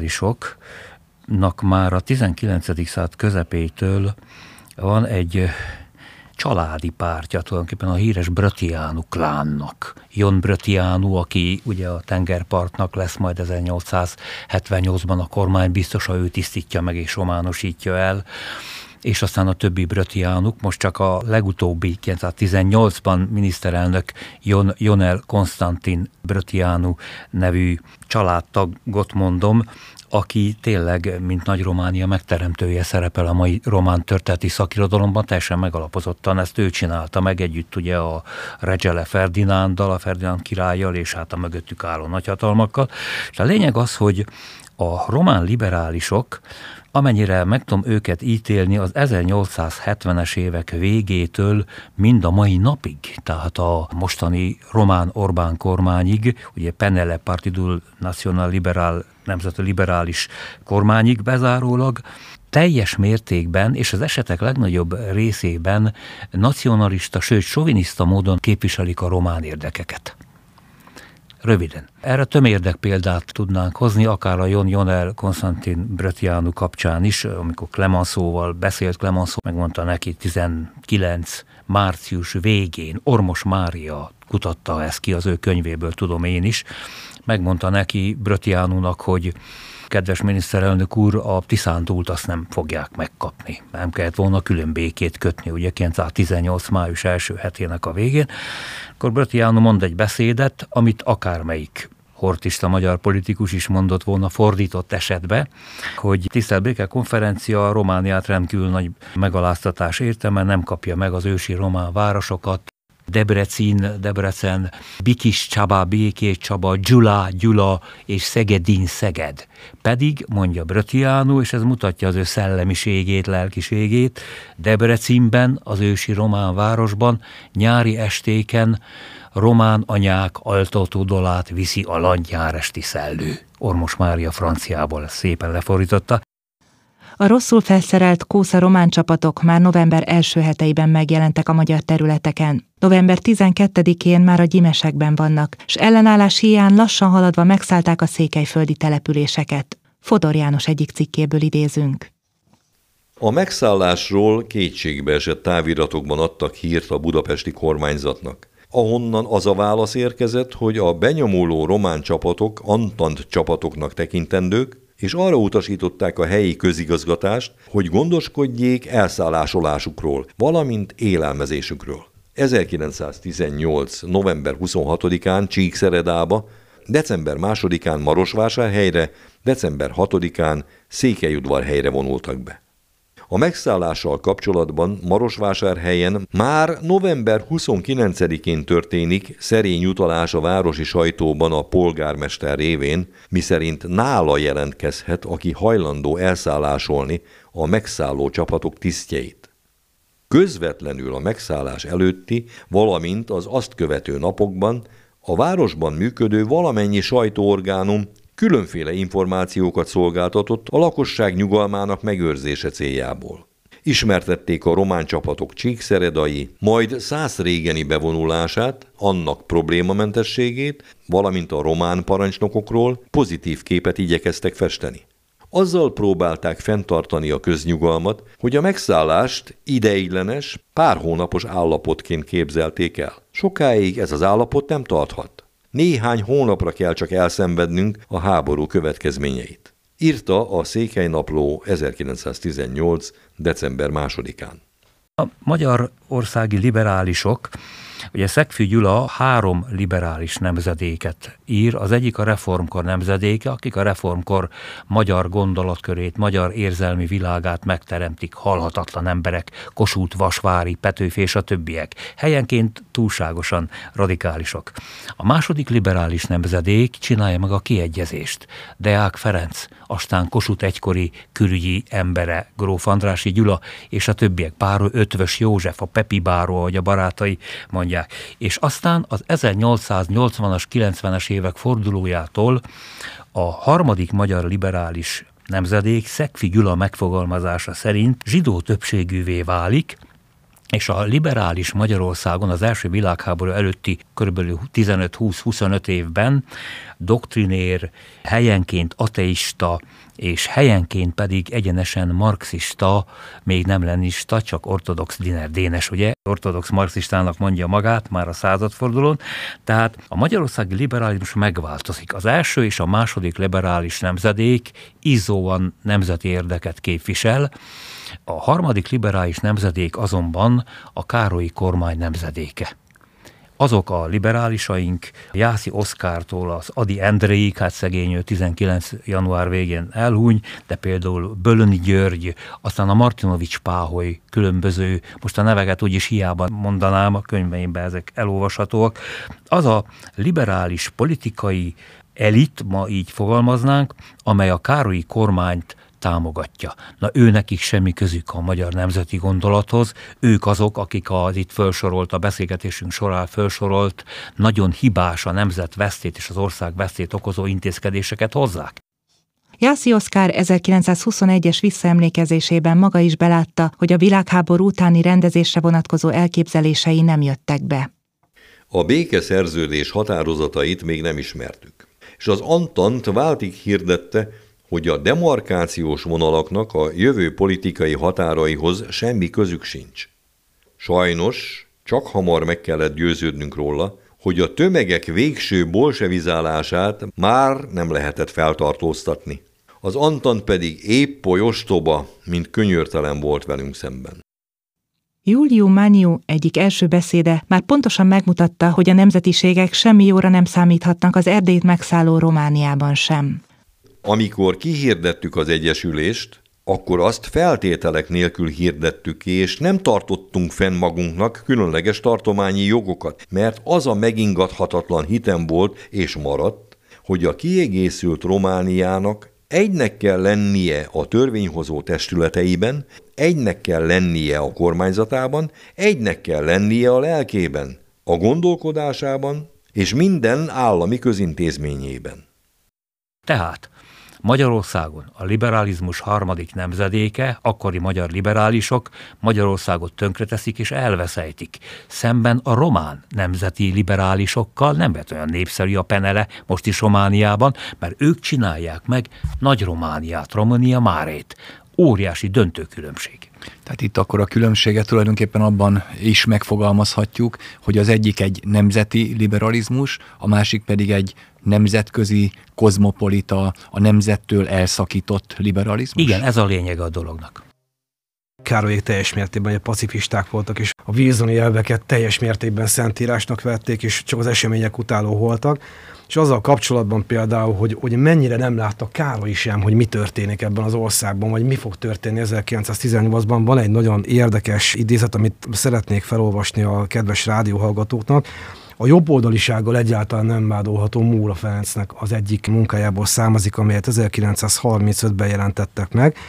Speaker 3: liberálisoknak már a tizenkilencedik század közepétől van egy családi pártja, tulajdonképpen a híres Brătianu klánnak. Ion Brătianu, aki ugye a tengerpartnak lesz majd ezernyolcszázhetvennyolcban a kormány biztosa, ő tisztítja meg és románosítja el, és aztán a többi Brătianuk, most csak a legutóbbi kilencszáztizennyolcban miniszterelnök Jon, Jonel Konstantin Brătianu nevű családtagot mondom, aki tényleg, mint Nagy-Románia megteremtője szerepel a mai román történeti szakirodalomban, teljesen megalapozottan ezt ő csinálta meg együtt ugye a Regele Ferdinánddal, a Ferdinánd királlyal, és hát a mögöttük álló nagyhatalmakkal. És a lényeg az, hogy a román liberálisok, amennyire meg tudom őket ítélni, az ezernyolcszázhetvenes évek végétől mind a mai napig, tehát a mostani román Orbán kormányig, ugye Penele Partidul Nacional Liberal, nemzeti liberális kormányig bezárólag, teljes mértékben és az esetek legnagyobb részében nacionalista, sőt soviniszta módon képviselik a román érdekeket. Röviden. Erre tömérdek példát tudnánk hozni, akár a Jon Jonel Konstantin Brătianu kapcsán is, amikor Clemenceauval beszélt, Clemenceau megmondta neki tizenkilenc március végén, Ormos Mária kutatta ezt ki, az ő könyvéből tudom én is, megmondta neki Brătianunak, hogy kedves miniszterelnök úr, a Tiszántúlt azt nem fogják megkapni. Nem kellett volna külön békét kötni, ugye kilencszáztizennyolc május első hetének a végén. Akkor Brătianu mond egy beszédet, amit akármelyik hortista magyar politikus is mondott volna fordított esetbe, hogy tisztelt békekonferencia, Romániát rendkívül nagy megaláztatás érte, mert nem kapja meg az ősi román városokat, Debrecen, Debrecen, Bikis Csaba, Békés Csaba, Gyula, Gyula és Szegedin, Szeged. Pedig, mondja Brătianu, és ez mutatja az ő szellemiségét, lelkiségét, Debrecenben, az ősi román városban, nyári estéken román anyák altató dolát viszi a langyáresti szellő. Ormos Mária franciából szépen lefordította.
Speaker 6: A rosszul felszerelt kósza román csapatok már november első heteiben megjelentek a magyar területeken. november tizenkettedikén már a Gyimesekben vannak, s ellenállás híján lassan haladva megszállták a székelyföldi településeket. Fodor János egyik cikkéből idézünk.
Speaker 7: A megszállásról kétségbeesett táviratokban adtak hírt a budapesti kormányzatnak, ahonnan az a válasz érkezett, hogy a benyomuló román csapatok Antant csapatoknak tekintendők, és arra utasították a helyi közigazgatást, hogy gondoskodjék elszállásolásukról, valamint élelmezésükről. ezerkilencszáztizennyolc. november huszonhatodikán Csíkszeredába, december másodikán Marosvásárhelyre, december hatodikán Székelyudvarhelyre vonultak be. A megszállással kapcsolatban Marosvásárhelyen már november huszonkilencedikén történik szerény utalás a városi sajtóban a polgármester révén, miszerint nála jelentkezhet, aki hajlandó elszállásolni a megszálló csapatok tisztjeit. Közvetlenül a megszállás előtti, valamint az azt követő napokban a városban működő valamennyi sajtóorgánum különféle információkat szolgáltatott a lakosság nyugalmának megőrzése céljából. Ismertették a román csapatok csíkszeredai, majd szászrégeni bevonulását, annak problémamentességét, valamint a román parancsnokokról pozitív képet igyekeztek festeni. Azzal próbálták fenntartani a köznyugalmat, hogy a megszállást ideiglenes, pár hónapos állapotként képzelték el. Sokáig ez az állapot nem tarthat. Néhány hónapra kell csak elszenvednünk a háború következményeit. Írta a Székely Napló ezerkilencszáztizennyolc. december másodikán.
Speaker 3: A magyarországi liberálisok, ugye Szegfű Gyula három liberális nemzedéket ír, az egyik a reformkor nemzedéke, akik a reformkor magyar gondolatkörét, magyar érzelmi világát megteremtik, halhatatlan emberek, Kossuth, Vasvári, Petőfi és a többiek. Helyenként túlságosan radikálisok. A második liberális nemzedék csinálja meg a kiegyezést. Deák Ferenc, aztán Kossuth egykori külügyi embere, gróf Andrássy Gyula és a többiek, Báró Ötvös József, a Pepi báró, ahogy a barátai mondják. És aztán az ezernyolcszáznyolcvanas, kilencvenes évek fordulójától a harmadik magyar liberális nemzedék Szegfű Gyula megfogalmazása szerint zsidó többségűvé válik, és a liberális Magyarországon az első világháború előtti kb. tizenöt-húsz-huszonöt évben doktrinér, helyenként ateista, és helyenként pedig egyenesen marxista, még nem leninista, csak ortodox Diner Dénes, ugye? Ortodox marxistának mondja magát már a századfordulón. Tehát a magyarországi liberalizmus megváltozik. Az első és a második liberális nemzedék izzóan nemzeti érdeket képvisel, a harmadik liberális nemzedék azonban a Károlyi kormány nemzedéke. Azok a liberálisaink, Jászi Oszkártól az Ady Endréig, hát szegény ő tizenkilenc január végén elhuny, de például Bölöni György, aztán a Martinovics Páholy, különböző, most a neveket úgyis hiába mondanám, a könyveimben ezek elolvashatóak. Az a liberális politikai elit, ma így fogalmaznánk, amely a Károlyi kormányt támogatja. Na ő nekik semmi közük a magyar nemzeti gondolathoz, ők azok, akik az itt felsorolt, a beszélgetésünk során felsorolt, nagyon hibás a nemzet vesztét és az ország vesztét okozó intézkedéseket hozzák.
Speaker 6: Jászi Oszkár ezerkilencszázhuszonegyes visszaemlékezésében maga is belátta, hogy a világháború utáni rendezésre vonatkozó elképzelései nem jöttek be.
Speaker 7: A békeszerződés határozatait még nem ismertük, és az Antant váltig hirdette, hogy a demarkációs vonalaknak a jövő politikai határaihoz semmi közük sincs. Sajnos csak hamar meg kellett győződnünk róla, hogy a tömegek végső bolsevizálását már nem lehetett feltartóztatni. Az Antant pedig épp oly ostoba, mint könyörtelen volt velünk szemben.
Speaker 6: Iuliu Maniu egyik első beszéde már pontosan megmutatta, hogy a nemzetiségek semmi jóra nem számíthatnak az Erdélyt megszálló Romániában sem.
Speaker 7: Amikor kihirdettük az egyesülést, akkor azt feltételek nélkül hirdettük ki, és nem tartottunk fenn magunknak különleges tartományi jogokat, mert az a megingathatatlan hitem volt és maradt, hogy a kiegészült Romániának egynek kell lennie a törvényhozó testületeiben, egynek kell lennie a kormányzatában, egynek kell lennie a lelkében, a gondolkodásában és minden állami közintézményében.
Speaker 3: Tehát Magyarországon a liberalizmus harmadik nemzedéke, akkori magyar liberálisok Magyarországot tönkreteszik és elveszejtik. Szemben a román nemzeti liberálisokkal nem lett olyan népszerű a penele, most is Romániában, mert ők csinálják meg Nagy-Romániát, Románia Márét. Óriási döntő különbség.
Speaker 5: Tehát itt akkor a különbséget tulajdonképpen abban is megfogalmazhatjuk, hogy az egyik egy nemzeti liberalizmus, a másik pedig egy nemzetközi, kozmopolita, a nemzettől elszakított liberalizmus.
Speaker 3: Igen, ez a lényege a dolognak.
Speaker 4: Károlyék teljes mértékben ugye pacifisták voltak, és a wilsoni elveket teljes mértékben szentírásnak vették, és csak az események utáló voltak. És azzal kapcsolatban például, hogy, hogy mennyire nem látta Károly sem, hogy mi történik ebben az országban, vagy mi fog történni ezerkilencszáztizennyolcban. Van egy nagyon érdekes idézet, amit szeretnék felolvasni a kedves rádióhallgatóknak. A jobboldalisággal egyáltalán nem vádolható Móra Ferencnek az egyik munkájából származik, amelyet ezerkilencszázharmincötben jelentettek meg,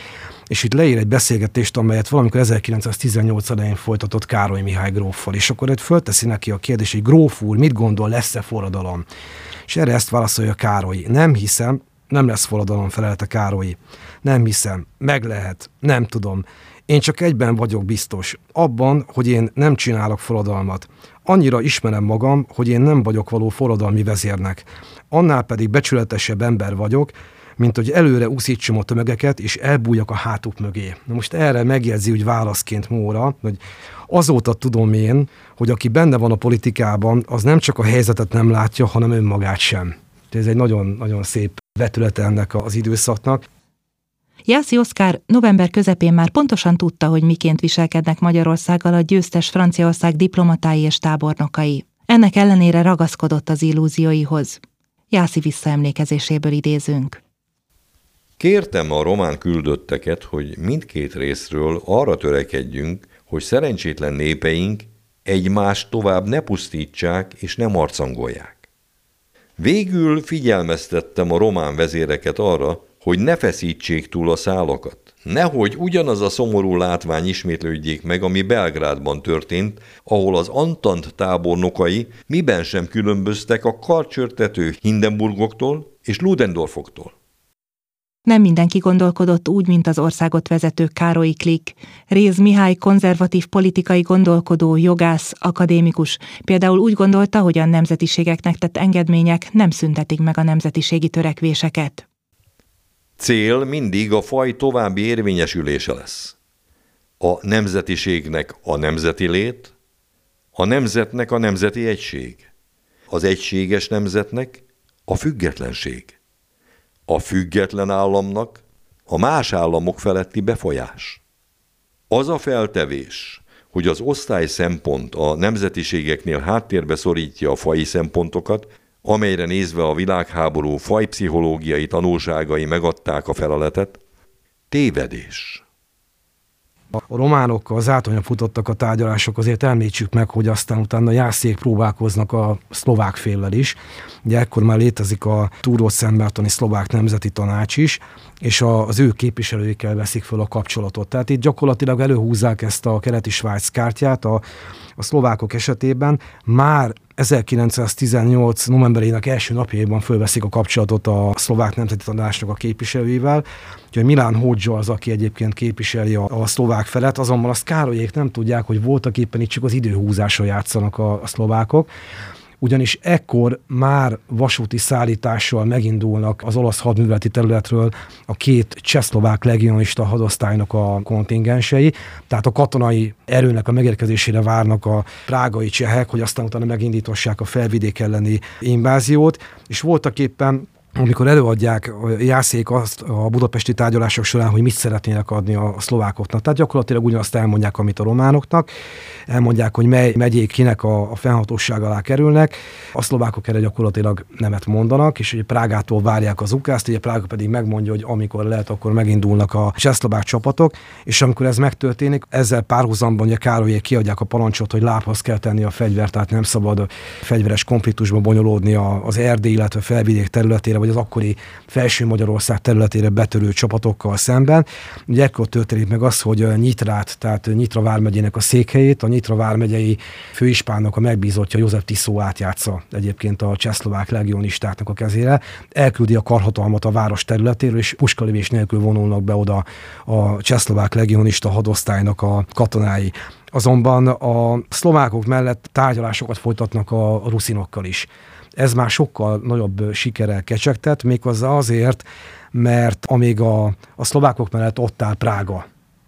Speaker 4: és itt leír egy beszélgetést, amelyet valamikor ezerkilencszáztizennyolc elején folytatott Károly Mihály gróffal, és akkor egy fölteszi neki a kérdés, hogy gróf úr, mit gondol, lesz-e forradalom? És erre ezt válaszolja Károly. Nem hiszem, nem lesz forradalom, felelte Károly. Nem hiszem, meg lehet, nem tudom. Én csak egyben vagyok biztos, abban, hogy én nem csinálok forradalmat. Annyira ismerem magam, hogy én nem vagyok való forradalmi vezérnek. Annál pedig becsületesebb ember vagyok, mint hogy előre úszítsam a tömegeket, és elbújjak a hátuk mögé. Na most erre megjegyzi úgy válaszként Móra, hogy azóta tudom én, hogy aki benne van a politikában, az nem csak a helyzetet nem látja, hanem önmagát sem. Ez egy nagyon-nagyon szép vetülete ennek az időszaknak.
Speaker 6: Jászai Oszkár november közepén már pontosan tudta, hogy miként viselkednek Magyarországgal a győztes Franciaország diplomatái és tábornokai. Ennek ellenére ragaszkodott az illúzióihoz. Jászai visszaemlékezéséből idézünk.
Speaker 7: Kértem a román küldötteket, hogy mindkét részről arra törekedjünk, hogy szerencsétlen népeink egymást tovább ne pusztítsák és ne marcangolják. Végül figyelmeztettem a román vezéreket arra, hogy ne feszítsék túl a szálakat. Nehogy ugyanaz a szomorú látvány ismétlődjék meg, ami Belgrádban történt, ahol az Antant tábornokai miben sem különböztek a karcsörtető Hindenburgoktól és Ludendorffoktól.
Speaker 6: Nem mindenki gondolkodott úgy, mint az országot vezető Károlyi klik. Réz Mihály konzervatív politikai gondolkodó, jogász, akadémikus például úgy gondolta, hogy a nemzetiségeknek tett engedmények nem szüntetik meg a nemzetiségi törekvéseket.
Speaker 7: Cél mindig a faj további érvényesülése lesz. A nemzetiségnek a nemzeti lét, a nemzetnek a nemzeti egység, az egységes nemzetnek a függetlenség, a független államnak a más államok feletti befolyás. Az a feltevés, hogy az osztály szempont a nemzetiségeknél háttérbe szorítja a faji szempontokat, amelyre nézve a világháború fajpszichológiai tanulságai megadták a feleletet, tévedés.
Speaker 4: A románokkal az átonyon futottak a tárgyalások, azért említsük meg, hogy aztán utána Jászék próbálkoznak a szlovák féllel is. Ugye ekkor már létezik a Túrót-Szentmártoni Szlovák Nemzeti Tanács is, és az ő képviselőikkel veszik föl a kapcsolatot. Tehát itt gyakorlatilag előhúzzák ezt a keleti Svájc kártyát a, a szlovákok esetében. Már ezerkilencszáztizennyolc novemberének első napjaiban fölveszik a kapcsolatot a Szlovák Nemzeti Tanácsnak a képviselőivel. Úgyhogy Milán Hodzsa az, aki egyébként képviseli a, a szlovák felet, azonban azt Károlyék nem tudják, hogy voltak éppen itt csak az időhúzásra játszanak a, a szlovákok. Ugyanis ekkor már vasúti szállítással megindulnak az olasz hadműveleti területről a két csehszlovák legionista hadosztálynak a kontingensei, tehát a katonai erőnek a megérkezésére várnak a prágai csehek, hogy aztán utána megindítassák a felvidék elleni inváziót, és voltak éppen amikor előadják Jászék azt a budapesti tárgyalások során, hogy mit szeretnének adni a szlovákoknak. Tehát gyakorlatilag ugyanazt elmondják, amit a románoknak. Elmondják, hogy mely megyék kinek a, a fennhatóság alá kerülnek. A szlovákok erre gyakorlatilag nemet mondanak, és ugye Prágától várják az ukázt, ugye Prága pedig megmondja, hogy amikor lehet, akkor megindulnak a csehszlovák csapatok, és amikor ez megtörténik, ezzel párhuzamban ugye Károlyék kiadják a parancsot, hogy lábhoz kell tenni a fegyvert, tehát nem szabad fegyveres konfliktusba bonyolódni az Erdély, illetve felvidék területére, vagy az akkori felső Magyarország területére betörő csapatokkal szemben. Ugye ekkor történik meg az, hogy Nyitrát, tehát Nyitra vármegyének a székhelyét, a Nyitra vármegyei főispánnak a megbízottja József Tiszó átjátsza egyébként a csehszlovák legionistáknak a kezére, elküldi a karhatalmat a város területéről, és puskalövés nélkül vonulnak be oda a csehszlovák legionista hadosztálynak a katonái. Azonban a szlovákok mellett tárgyalásokat folytatnak a ruszinokkal is. Ez már sokkal nagyobb sikerrel kecsegtet, méghozzá azért, mert amíg a, a szlovákok mellett ott áll Prága,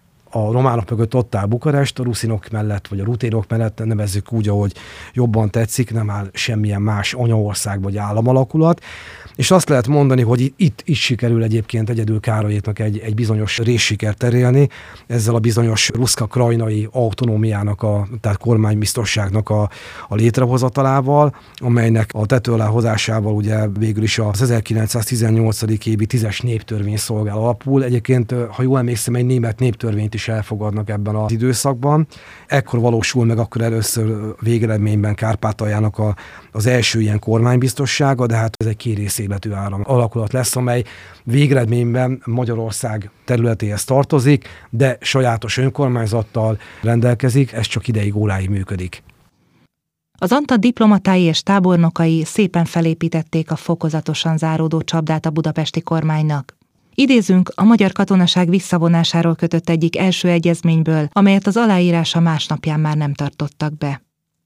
Speaker 4: a románok mögött ott áll Bukarest, a ruszinok mellett, vagy a ruténok mellett, nevezzük úgy, ahogy jobban tetszik, nem áll semmilyen más anyaország vagy államalakulat. És azt lehet mondani, hogy itt is sikerül egyébként egyedül Károlyéknak egy, egy bizonyos részsikert elérni, ezzel a bizonyos ruszka-krajnai autonómiának, a, tehát kormánybiztosságnak a, a létrehozatalával, amelynek a tető alá hozásával ugye végül is az ezerkilencszáztizennyolc évi tízes néptörvény szolgál alapul. Egyébként, ha jól emlékszem, egy német néptörvényt is is elfogadnak ebben az időszakban. Ekkor valósul meg akkor először végeredményben Kárpátaljának a, az első ilyen kormánybiztossága, de hát ez egy kérészéletű állam alakulat lesz, amely végeredményben Magyarország területéhez tartozik, de sajátos önkormányzattal rendelkezik, ez csak ideig óráig működik.
Speaker 6: Az Antal diplomatái és tábornokai szépen felépítették a fokozatosan záródó csapdát a budapesti kormánynak. Idézünk a magyar katonaság visszavonásáról kötött egyik első egyezményből, amelyet az aláírása másnapján már nem tartottak be.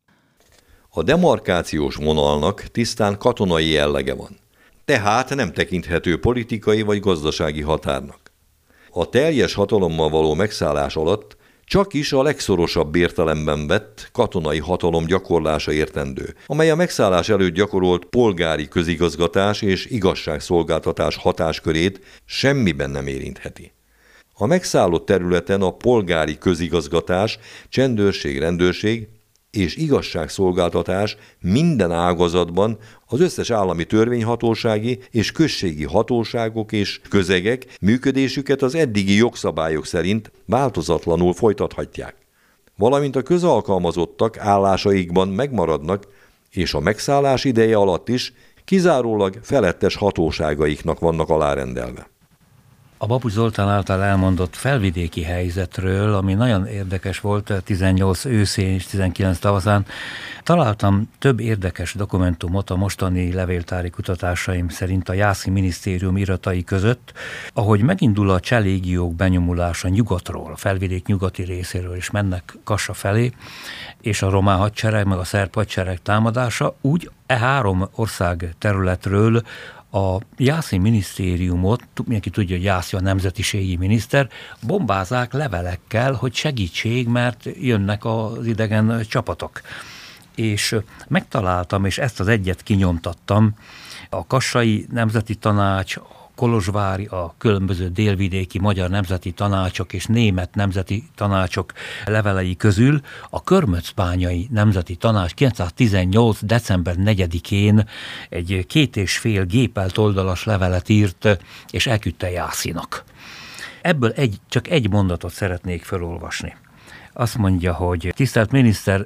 Speaker 7: A demarkációs vonalnak tisztán katonai jellege van, tehát nem tekinthető politikai vagy gazdasági határnak. A teljes hatalommal való megszállás alatt csak is a legszorosabb értelemben vett katonai hatalom gyakorlása értendő, amely a megszállás előtt gyakorolt polgári közigazgatás és igazságszolgáltatás hatáskörét semmiben nem érintheti. A megszállott területen a polgári közigazgatás, csendőrség, rendőrség és igazságszolgáltatás minden ágazatban az összes állami törvényhatósági és községi hatóságok és közegek működésüket az eddigi jogszabályok szerint változatlanul folytathatják, valamint a közalkalmazottak állásaikban megmaradnak, és a megszállás ideje alatt is kizárólag felettes hatóságaiknak vannak alárendelve.
Speaker 3: A Babus Zoltán által elmondott felvidéki helyzetről, ami nagyon érdekes volt tizennyolc őszén és tizenkilenc tavaszán, találtam több érdekes dokumentumot a mostani levéltári kutatásaim szerint a Jászi minisztérium iratai között, ahogy megindul a cseh légiók benyomulása nyugatról, a felvidék nyugati részéről is mennek Kassa felé, és a román hadsereg meg a szerb hadsereg támadása, úgy e három ország területről a Jászi minisztériumot, mindenki tudja, hogy Jászi a nemzetiségi miniszter, bombázák levelekkel, hogy segítség, mert jönnek az idegen csapatok. És megtaláltam, és ezt az egyet kinyomtattam, a Kassai Nemzeti Tanács, a kolozsvári, a különböző délvidéki magyar nemzeti tanácsok és német nemzeti tanácsok levelei közül a Körmöcbányai Nemzeti Tanács kilencszáztizennyolc. december negyedikén egy két és fél gépelt oldalas levelet írt, és elküldte Jászinak. Ebből egy, csak egy mondatot szeretnék felolvasni. Azt mondja, hogy tisztelt miniszter,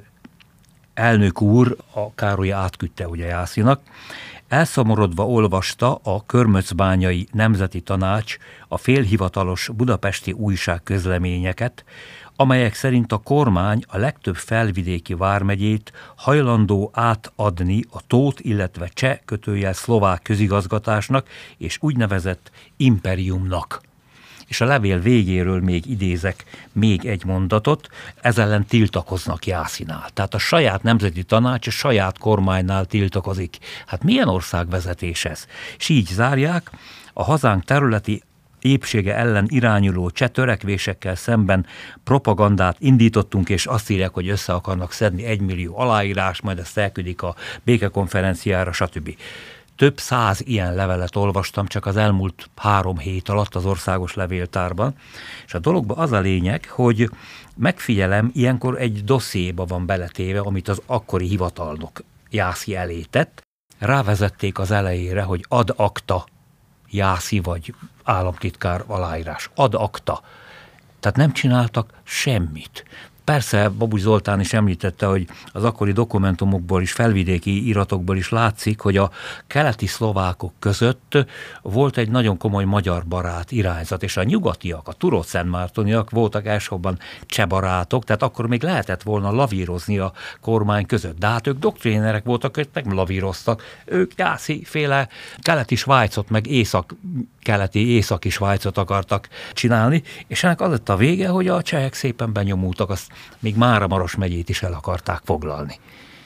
Speaker 3: elnök úr, a Károly átküldte ugye Jászinak, elszomorodva olvasta a Körmöcbányai Nemzeti Tanács a félhivatalos budapesti újságközleményeket, amelyek szerint a kormány a legtöbb felvidéki vármegyét hajlandó átadni a tót, illetve cseh kötőjel szlovák közigazgatásnak és úgynevezett imperiumnak. És a levél végéről még idézek még egy mondatot, ez ellen tiltakoznak Jászinál. Tehát a saját nemzeti tanács, a saját kormánynál tiltakozik. Hát milyen országvezetés ez? És így zárják, a hazánk területi épsége ellen irányuló cseh törekvésekkel szemben propagandát indítottunk, és azt írják, hogy össze akarnak szedni egymillió aláírás, majd ezt elküldik a békekonferenciára, stb. Több száz ilyen levelet olvastam csak az elmúlt három hét alatt az országos levéltárban, és a dologban az a lényeg, hogy megfigyelem, ilyenkor egy dossziéba van beletéve, amit az akkori hivatalnok Jászi elé tett, rávezették az elejére, hogy ad acta Jászi vagy államtitkár aláírás. Ad acta. Tehát nem csináltak semmit. Persze Babus Zoltán is említette, hogy az akkori dokumentumokból is, felvidéki iratokból is látszik, hogy a keleti szlovákok között volt egy nagyon komoly magyar barát irányzat, és a nyugatiak, a turó-szentmártoniak voltak elsősorban cseh barátok, tehát akkor még lehetett volna lavírozni a kormány között. De hát ők doktrínerek voltak, ők nem lavíroztak. Ők Jászi féle keleti Svájcot, meg észak-keleti északi Svájcot akartak csinálni, és ennek az lett a vége, hogy a csehek szépen benyomultak, azt még Máramaros megyét is el akarták foglalni.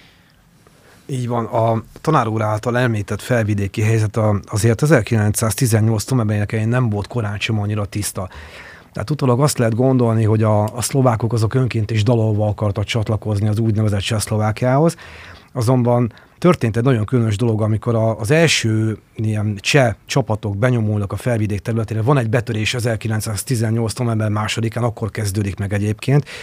Speaker 4: Így van, a tanár úr által említett felvidéki helyzet azért ezerkilencszáztizennyolc novemberén nem volt korán sem annyira tiszta. Tehát utólag azt lehet gondolni, hogy a, a szlovákok azok önként is dalolva akartak csatlakozni az úgynevezett Csehszlovákiához, azonban történt egy nagyon különös dolog, amikor a, az első ilyen cseh csapatok benyomulnak a felvidék területére. Van egy betörés ezerkilencszáztizennyolc november másodikán, akkor kezdődik meg egyébként,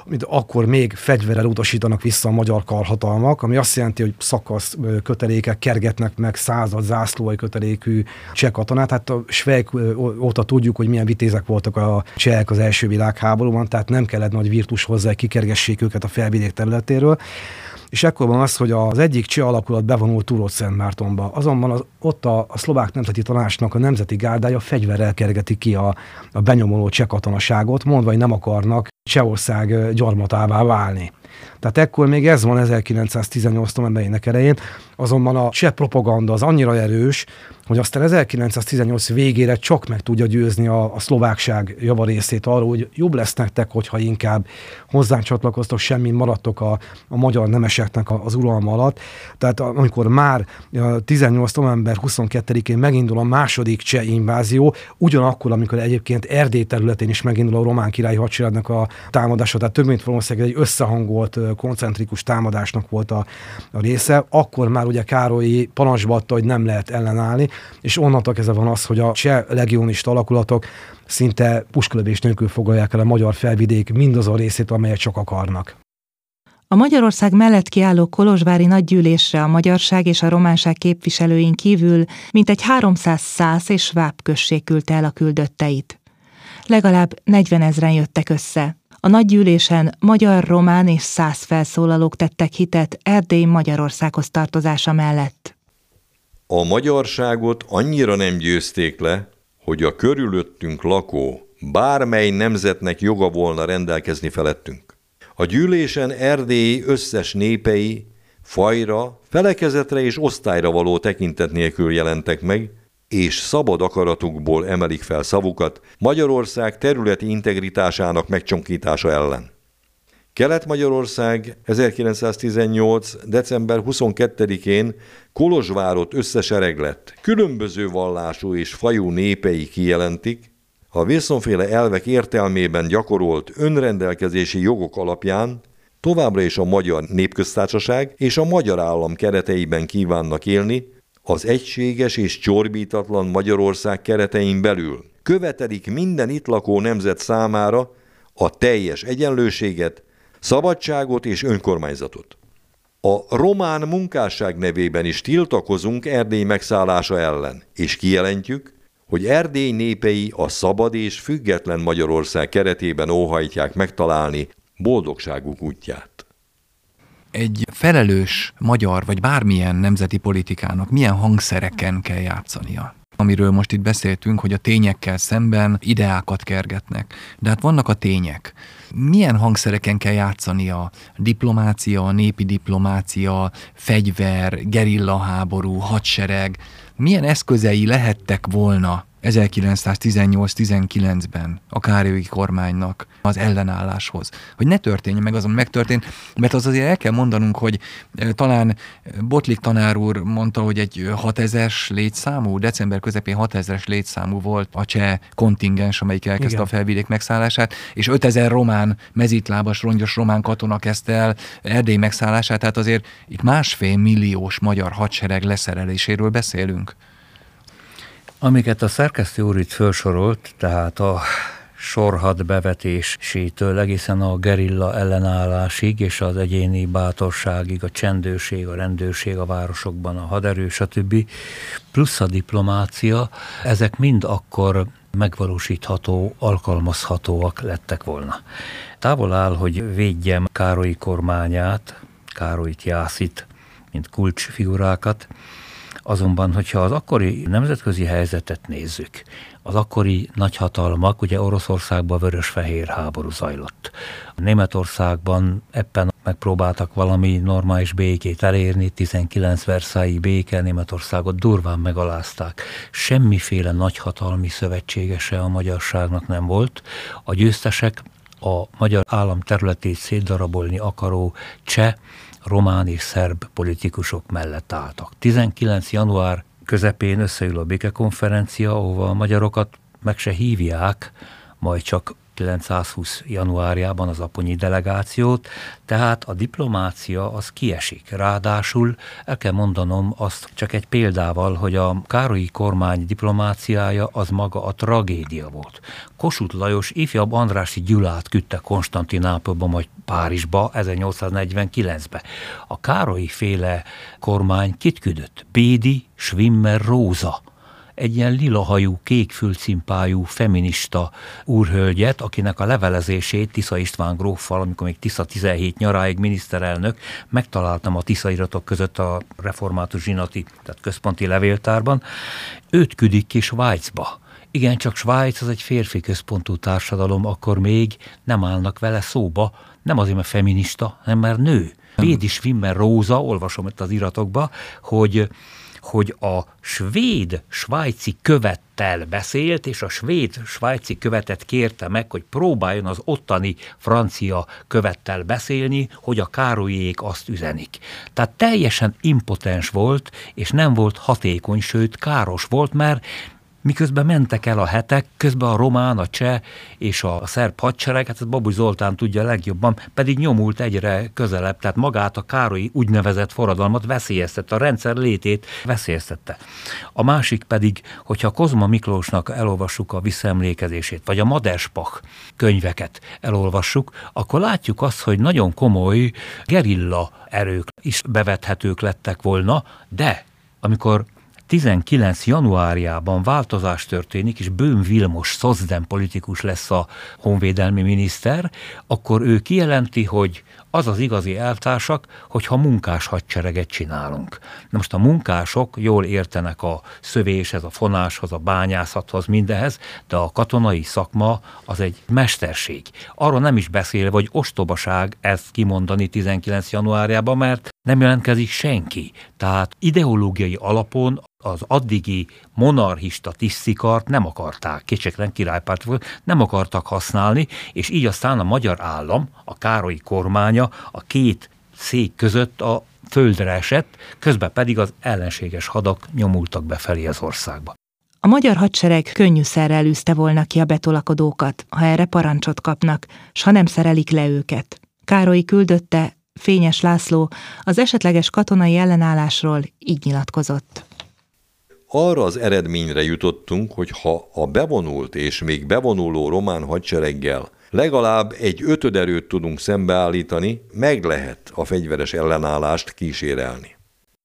Speaker 4: mint akkor még fegyverrel utasítanak vissza a magyar karhatalmak, ami azt jelenti, hogy szakasz kötelékek kergetnek meg század zászlói kötelékű cseh katonát. Hát a svejk óta tudjuk, hogy milyen vitézek voltak a csehek az első világháborúban, tehát nem kellett nagy virtus hozzá, hogy kikergessék őket a felvidék területéről. És ekkor van az, hogy az egyik cseh alakulat bevonult Túrócz-Szentmártonba. Azonban az, ott a, a szlovák nemzeti tanácsnak a nemzeti gárdája fegyverrel kergeti ki a, a benyomuló cseh katonaságot, mondva, hogy nem akarnak Csehország gyarmatává válni. Tehát ekkor még ez van ezerkilencszáztizennyolc novemberének elején, azonban a cseh propaganda az annyira erős, hogy aztán ezerkilencszáztizennyolc végére csak meg tudja győzni a, a szlovákság javarészét arról, hogy jobb lesz nektek, hogyha inkább hozzánk csatlakoztok, semmin maradtok a, a magyar nemeseknek az uralma alatt. Tehát amikor már tizennyolc november huszonkettedikén megindul a második cseh invázió, ugyanakkor, amikor egyébként Erdély területén is megindul a román királyi hadseregnek a támadása, tehát több mint valószínűleg egy összehangolt, koncentrikus támadásnak volt a, a része, akkor már ugye Károly parancsba adta, hogy nem lehet ellenállni, és onnantól kezdve van az, hogy a cseh legionista alakulatok szinte puskalövés nélkül foglalják el a magyar felvidék mindazon részét, amelyet csak akarnak.
Speaker 6: A Magyarország mellett kiálló kolozsvári nagygyűlésre a magyarság és a románság képviselőin kívül mintegy háromszáz szász és Sváb község küldte el a küldötteit. Legalább negyvenezren jöttek össze. A nagygyűlésen magyar, román és szász felszólalók tettek hitet Erdély Magyarországhoz tartozása mellett.
Speaker 7: A magyarságot annyira nem győzték le, hogy a körülöttünk lakó bármely nemzetnek joga volna rendelkezni felettünk. A gyűlésen Erdély összes népei fajra, felekezetre és osztályra való tekintet nélkül jelentek meg, és szabad akaratukból emelik fel szavukat Magyarország területi integritásának megcsonkítása ellen. Kelet-Magyarország ezerkilencszáztizennyolc. december huszonkettedikén Kolozsvárot összesereglett, különböző vallású és fajú népei kijelentik, a Wilsonféle elvek értelmében gyakorolt önrendelkezési jogok alapján továbbra is a Magyar Népköztársaság és a magyar állam kereteiben kívánnak élni, az egységes és csorbítatlan Magyarország keretein belül. Követelik minden itt lakó nemzet számára a teljes egyenlőséget, szabadságot és önkormányzatot. A román munkásság nevében is tiltakozunk Erdély megszállása ellen, és kijelentjük, hogy Erdély népei a szabad és független Magyarország keretében óhajtják megtalálni boldogságuk útját.
Speaker 5: Egy felelős magyar vagy bármilyen nemzeti politikának milyen hangszereken kell játszania? Amiről most itt beszéltünk, hogy a tényekkel szemben ideákat kergetnek. De hát vannak a tények. Milyen hangszereken kell játszania? Diplomácia, népi diplomácia, fegyver, gerillaháború, hadsereg. Milyen eszközei lehettek volna ezerkilencszáztizennyolc-tizenkilencben a Károlyi kormánynak az ellenálláshoz? Hogy ne történjen meg, azon megtörtént, mert az azért el kell mondanunk, hogy talán Botlik tanár úr mondta, hogy egy hatezres létszámú, december közepén hatezres létszámú volt a cseh kontingens, amelyik elkezdte Igen. a felvidék megszállását, és ötezer román, mezítlábas, rongyos román katona kezdte el Erdély megszállását, tehát azért itt másfél milliós magyar hadsereg leszereléséről beszélünk.
Speaker 3: Amiket a szerkesztő úr itt felsorolt, tehát a sorhad bevetésétől egészen a gerilla ellenállásig és az egyéni bátorságig, a csendőrség, a rendőrség a városokban, a haderő, stb. Plusz a diplomácia, ezek mind akkor megvalósítható, alkalmazhatóak lettek volna. Távol áll, hogy védjem Károlyi kormányát, Károlyt, Jászit, mint kulcsfigurákat, azonban, hogyha az akkori nemzetközi helyzetet nézzük, az akkori nagyhatalmak, ugye Oroszországban vörös-fehér háború zajlott. Németországban ebben megpróbáltak valami normális békét elérni, tizenkilenc versailles béke, Németországot durván megalázták. Semmiféle nagyhatalmi szövetségese a magyarságnak nem volt. A győztesek a magyar állam területét szétdarabolni akaró cseh, román és szerb politikusok mellett álltak. tizenkilenc január közepén összeül a békekonferencia, ahova a magyarokat meg se hívják, majd csak ezerkilencszázhúsz januárjában az aponyi delegációt, tehát a diplomácia az kiesik. Ráadásul el kell mondanom azt csak egy példával, hogy a Károlyi kormány diplomáciája az maga a tragédia volt. Kossuth Lajos ifjabb Andrássy Gyulát küldte Konstantinápolba, majd Párizsba ezernyolcszáznegyvenkilencben. A Károlyi féle kormány kit küldött? Bédi Schwimmer Róza, egy ilyen lilahajú, kékfülcimpájú, feminista úrhölgyet, akinek a levelezését Tisza István gróffal, amikor még Tisza tizenhét nyaráig miniszterelnök, megtaláltam a Tisza iratok között a református zsinati, tehát központi levéltárban. Őt küldik ki Svájcba. Igen, csak Svájc az egy férfi központú társadalom, akkor még nem állnak vele szóba, nem azért, mert feminista, hanem mert nő. Bédi Schwimmer Róza, olvasom itt az iratokba, hogy hogy a svéd-svájci követtel beszélt, és a svéd-svájci követet kérte meg, hogy próbáljon az ottani francia követtel beszélni, hogy a Károlyék azt üzenik. Tehát teljesen impotens volt, és nem volt hatékony, sőt káros volt, mert miközben mentek el a hetek, közben a román, a cseh és a szerb hadsereg, hát Babuly Zoltán tudja legjobban, pedig nyomult egyre közelebb, tehát magát a károlyi úgynevezett forradalmat veszélyeztette, a rendszer létét veszélyeztette. A másik pedig, hogyha Kozma Miklósnak elolvassuk a visszaemlékezését, vagy a Maderspach könyveket elolvassuk, akkor látjuk azt, hogy nagyon komoly gerilla erők is bevethetők lettek volna, de amikor tizenkilenc januárjában változás történik, és Böhm Vilmos szocdem politikus lesz a honvédelmi miniszter, akkor ő kijelenti, hogy az az igazi elvtársak, hogyha munkás hadsereget csinálunk. Na most a munkások jól értenek a szövéshez, a fonáshoz, a bányászathoz, mindenhez, de a katonai szakma az egy mesterség. Arról nem is beszélve, hogy ostobaság ezt kimondani tizenkilenc januárjában, mert nem jelentkezik senki. Tehát ideológiai alapon az addigi monarchista tisztikart nem akarták, kétségtelen királypárt nem akartak használni, és így aztán a magyar állam, a Károlyi kormánya a két szék között a földre esett, közben pedig az ellenséges hadak nyomultak befelé az országba.
Speaker 6: A magyar hadsereg könnyűszerrel űzte volna ki a betolakodókat, ha erre parancsot kapnak, s ha nem szerelik le őket. Károly küldötte, Fényes László az esetleges katonai ellenállásról így nyilatkozott.
Speaker 7: Arra az eredményre jutottunk, hogy ha a bevonult és még bevonuló román hadsereggel legalább egy ötöderőt tudunk szembeállítani, meg lehet a fegyveres ellenállást kísérelni.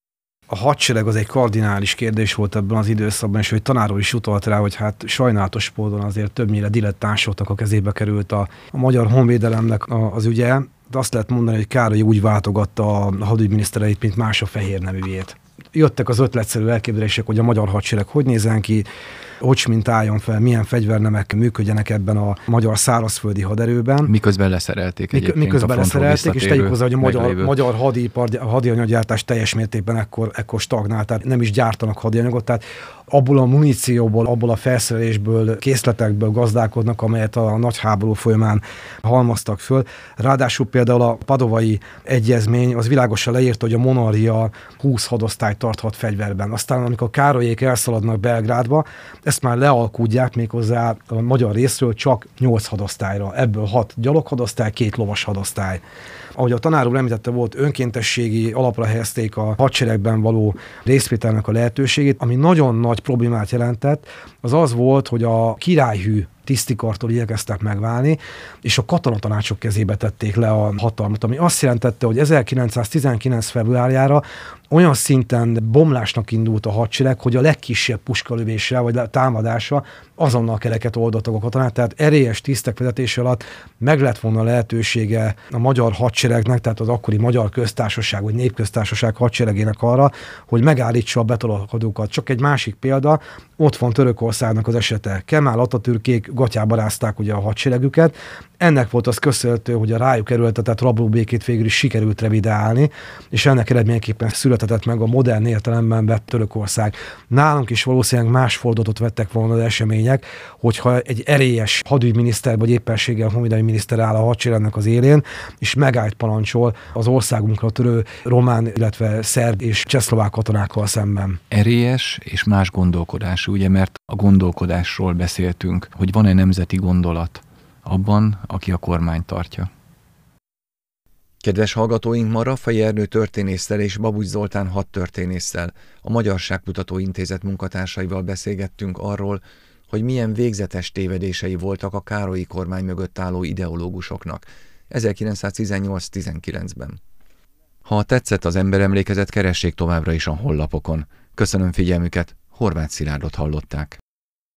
Speaker 4: A hadsereg az egy kardinális kérdés volt ebben az időszakban, és hogy tanár úr is utalt rá, hogy hát sajnálatos módon azért többnyire dilettánsoknak a kezébe került a, a magyar honvédelemnek a, az ügye. De azt lehet mondani, hogy Károly úgy váltogatta a hadügyminisztereit, mint más a fehér neműjét. Jöttek az ötletszerű elképzelések, hogy a magyar hadsereg hogy nézzen ki, hogy mint álljon fel, milyen fegyvernemek működjenek ebben a magyar szárazföldi haderőben.
Speaker 5: Miközben leszerelték
Speaker 4: Mik, Miközben leszerelték, és tegyük hozzá, hogy a magyar, magyar hadipar, a hadianyaggyártás teljes mértékben ekkor, ekkor stagnált, tehát nem is gyártanak hadianyagot, tehát abból a munícióból, abból a felszerelésből, készletekből gazdálkodnak, amelyet a nagy háború folyamán halmaztak föl. Ráadásul például a padovai egyezmény az világosan leírta, hogy a monarchia húsz hadosztályt tarthat fegyverben. Aztán amikor Károlyék elszaladnak Belgrádba, ezt már lealkudják méghozzá a magyar részről csak nyolc hadosztályra. Ebből hat gyaloghadosztály, két lovas hadosztály. Ahogy a tanár úr említette, volt önkéntességi alapra helyezték a hadseregben való részvételnek a lehetőségét, ami nagyon nagy problémát jelentett, az az volt, hogy a királyhű tisztikartól igyekeztek megválni, és a katonatanácsok kezébe tették le a hatalmat, ami azt jelentette, hogy ezerkilencszáztizenkilenc februárjára olyan szinten bomlásnak indult a hadsereg, hogy a legkisebb puskalövéssel vagy támadásra azonnal kereket oldottak a katonát, tehát erélyes tisztek vezetése alatt meg lett volna lehetősége a magyar hadseregnek, tehát az akkori Magyar Köztársaság vagy Népköztársaság hadseregének arra, hogy megállítsa a betolakodókat. Csak egy másik példa, ott van Törökországnak az esete. Kemal Atatürkék gatyába rázták ugye a hadseregüket. Ennek volt az köszönhető, hogy a rájuk erőltetett rablóbékét végül is sikerült revideálni, és ennek eredményeképpen született meg a modern értelemben vett Törökország. Nálunk is valószínűleg más fordulatot vettek volna az események, hogyha egy erélyes hadügyminiszter vagy éppenséggel honvédelmi miniszter áll a hadseregnek az élén, és megállt parancsol az országunkra törő román, illetve szerb és csehszlovák katonákkal szemben.
Speaker 5: Erélyes és más gondolkodású, ugye, mert a gondolkodásról beszéltünk, hogy van-e nemzeti gondolat abban, aki a kormányt tartja.
Speaker 1: Kedves hallgatóink, ma Raffai Ernő történésszel és Babucs Zoltán hadtörténésszel, a Magyarságkutató Intézet munkatársaival beszélgettünk arról, hogy milyen végzetes tévedései voltak a Károlyi kormány mögött álló ideológusoknak ezerkilencszáztizennyolc-tizenkilencben. Ha tetszett az emberemlékezet, keressék továbbra is a honlapokon. Köszönöm figyelmüket, Horváth Szilárdot hallották.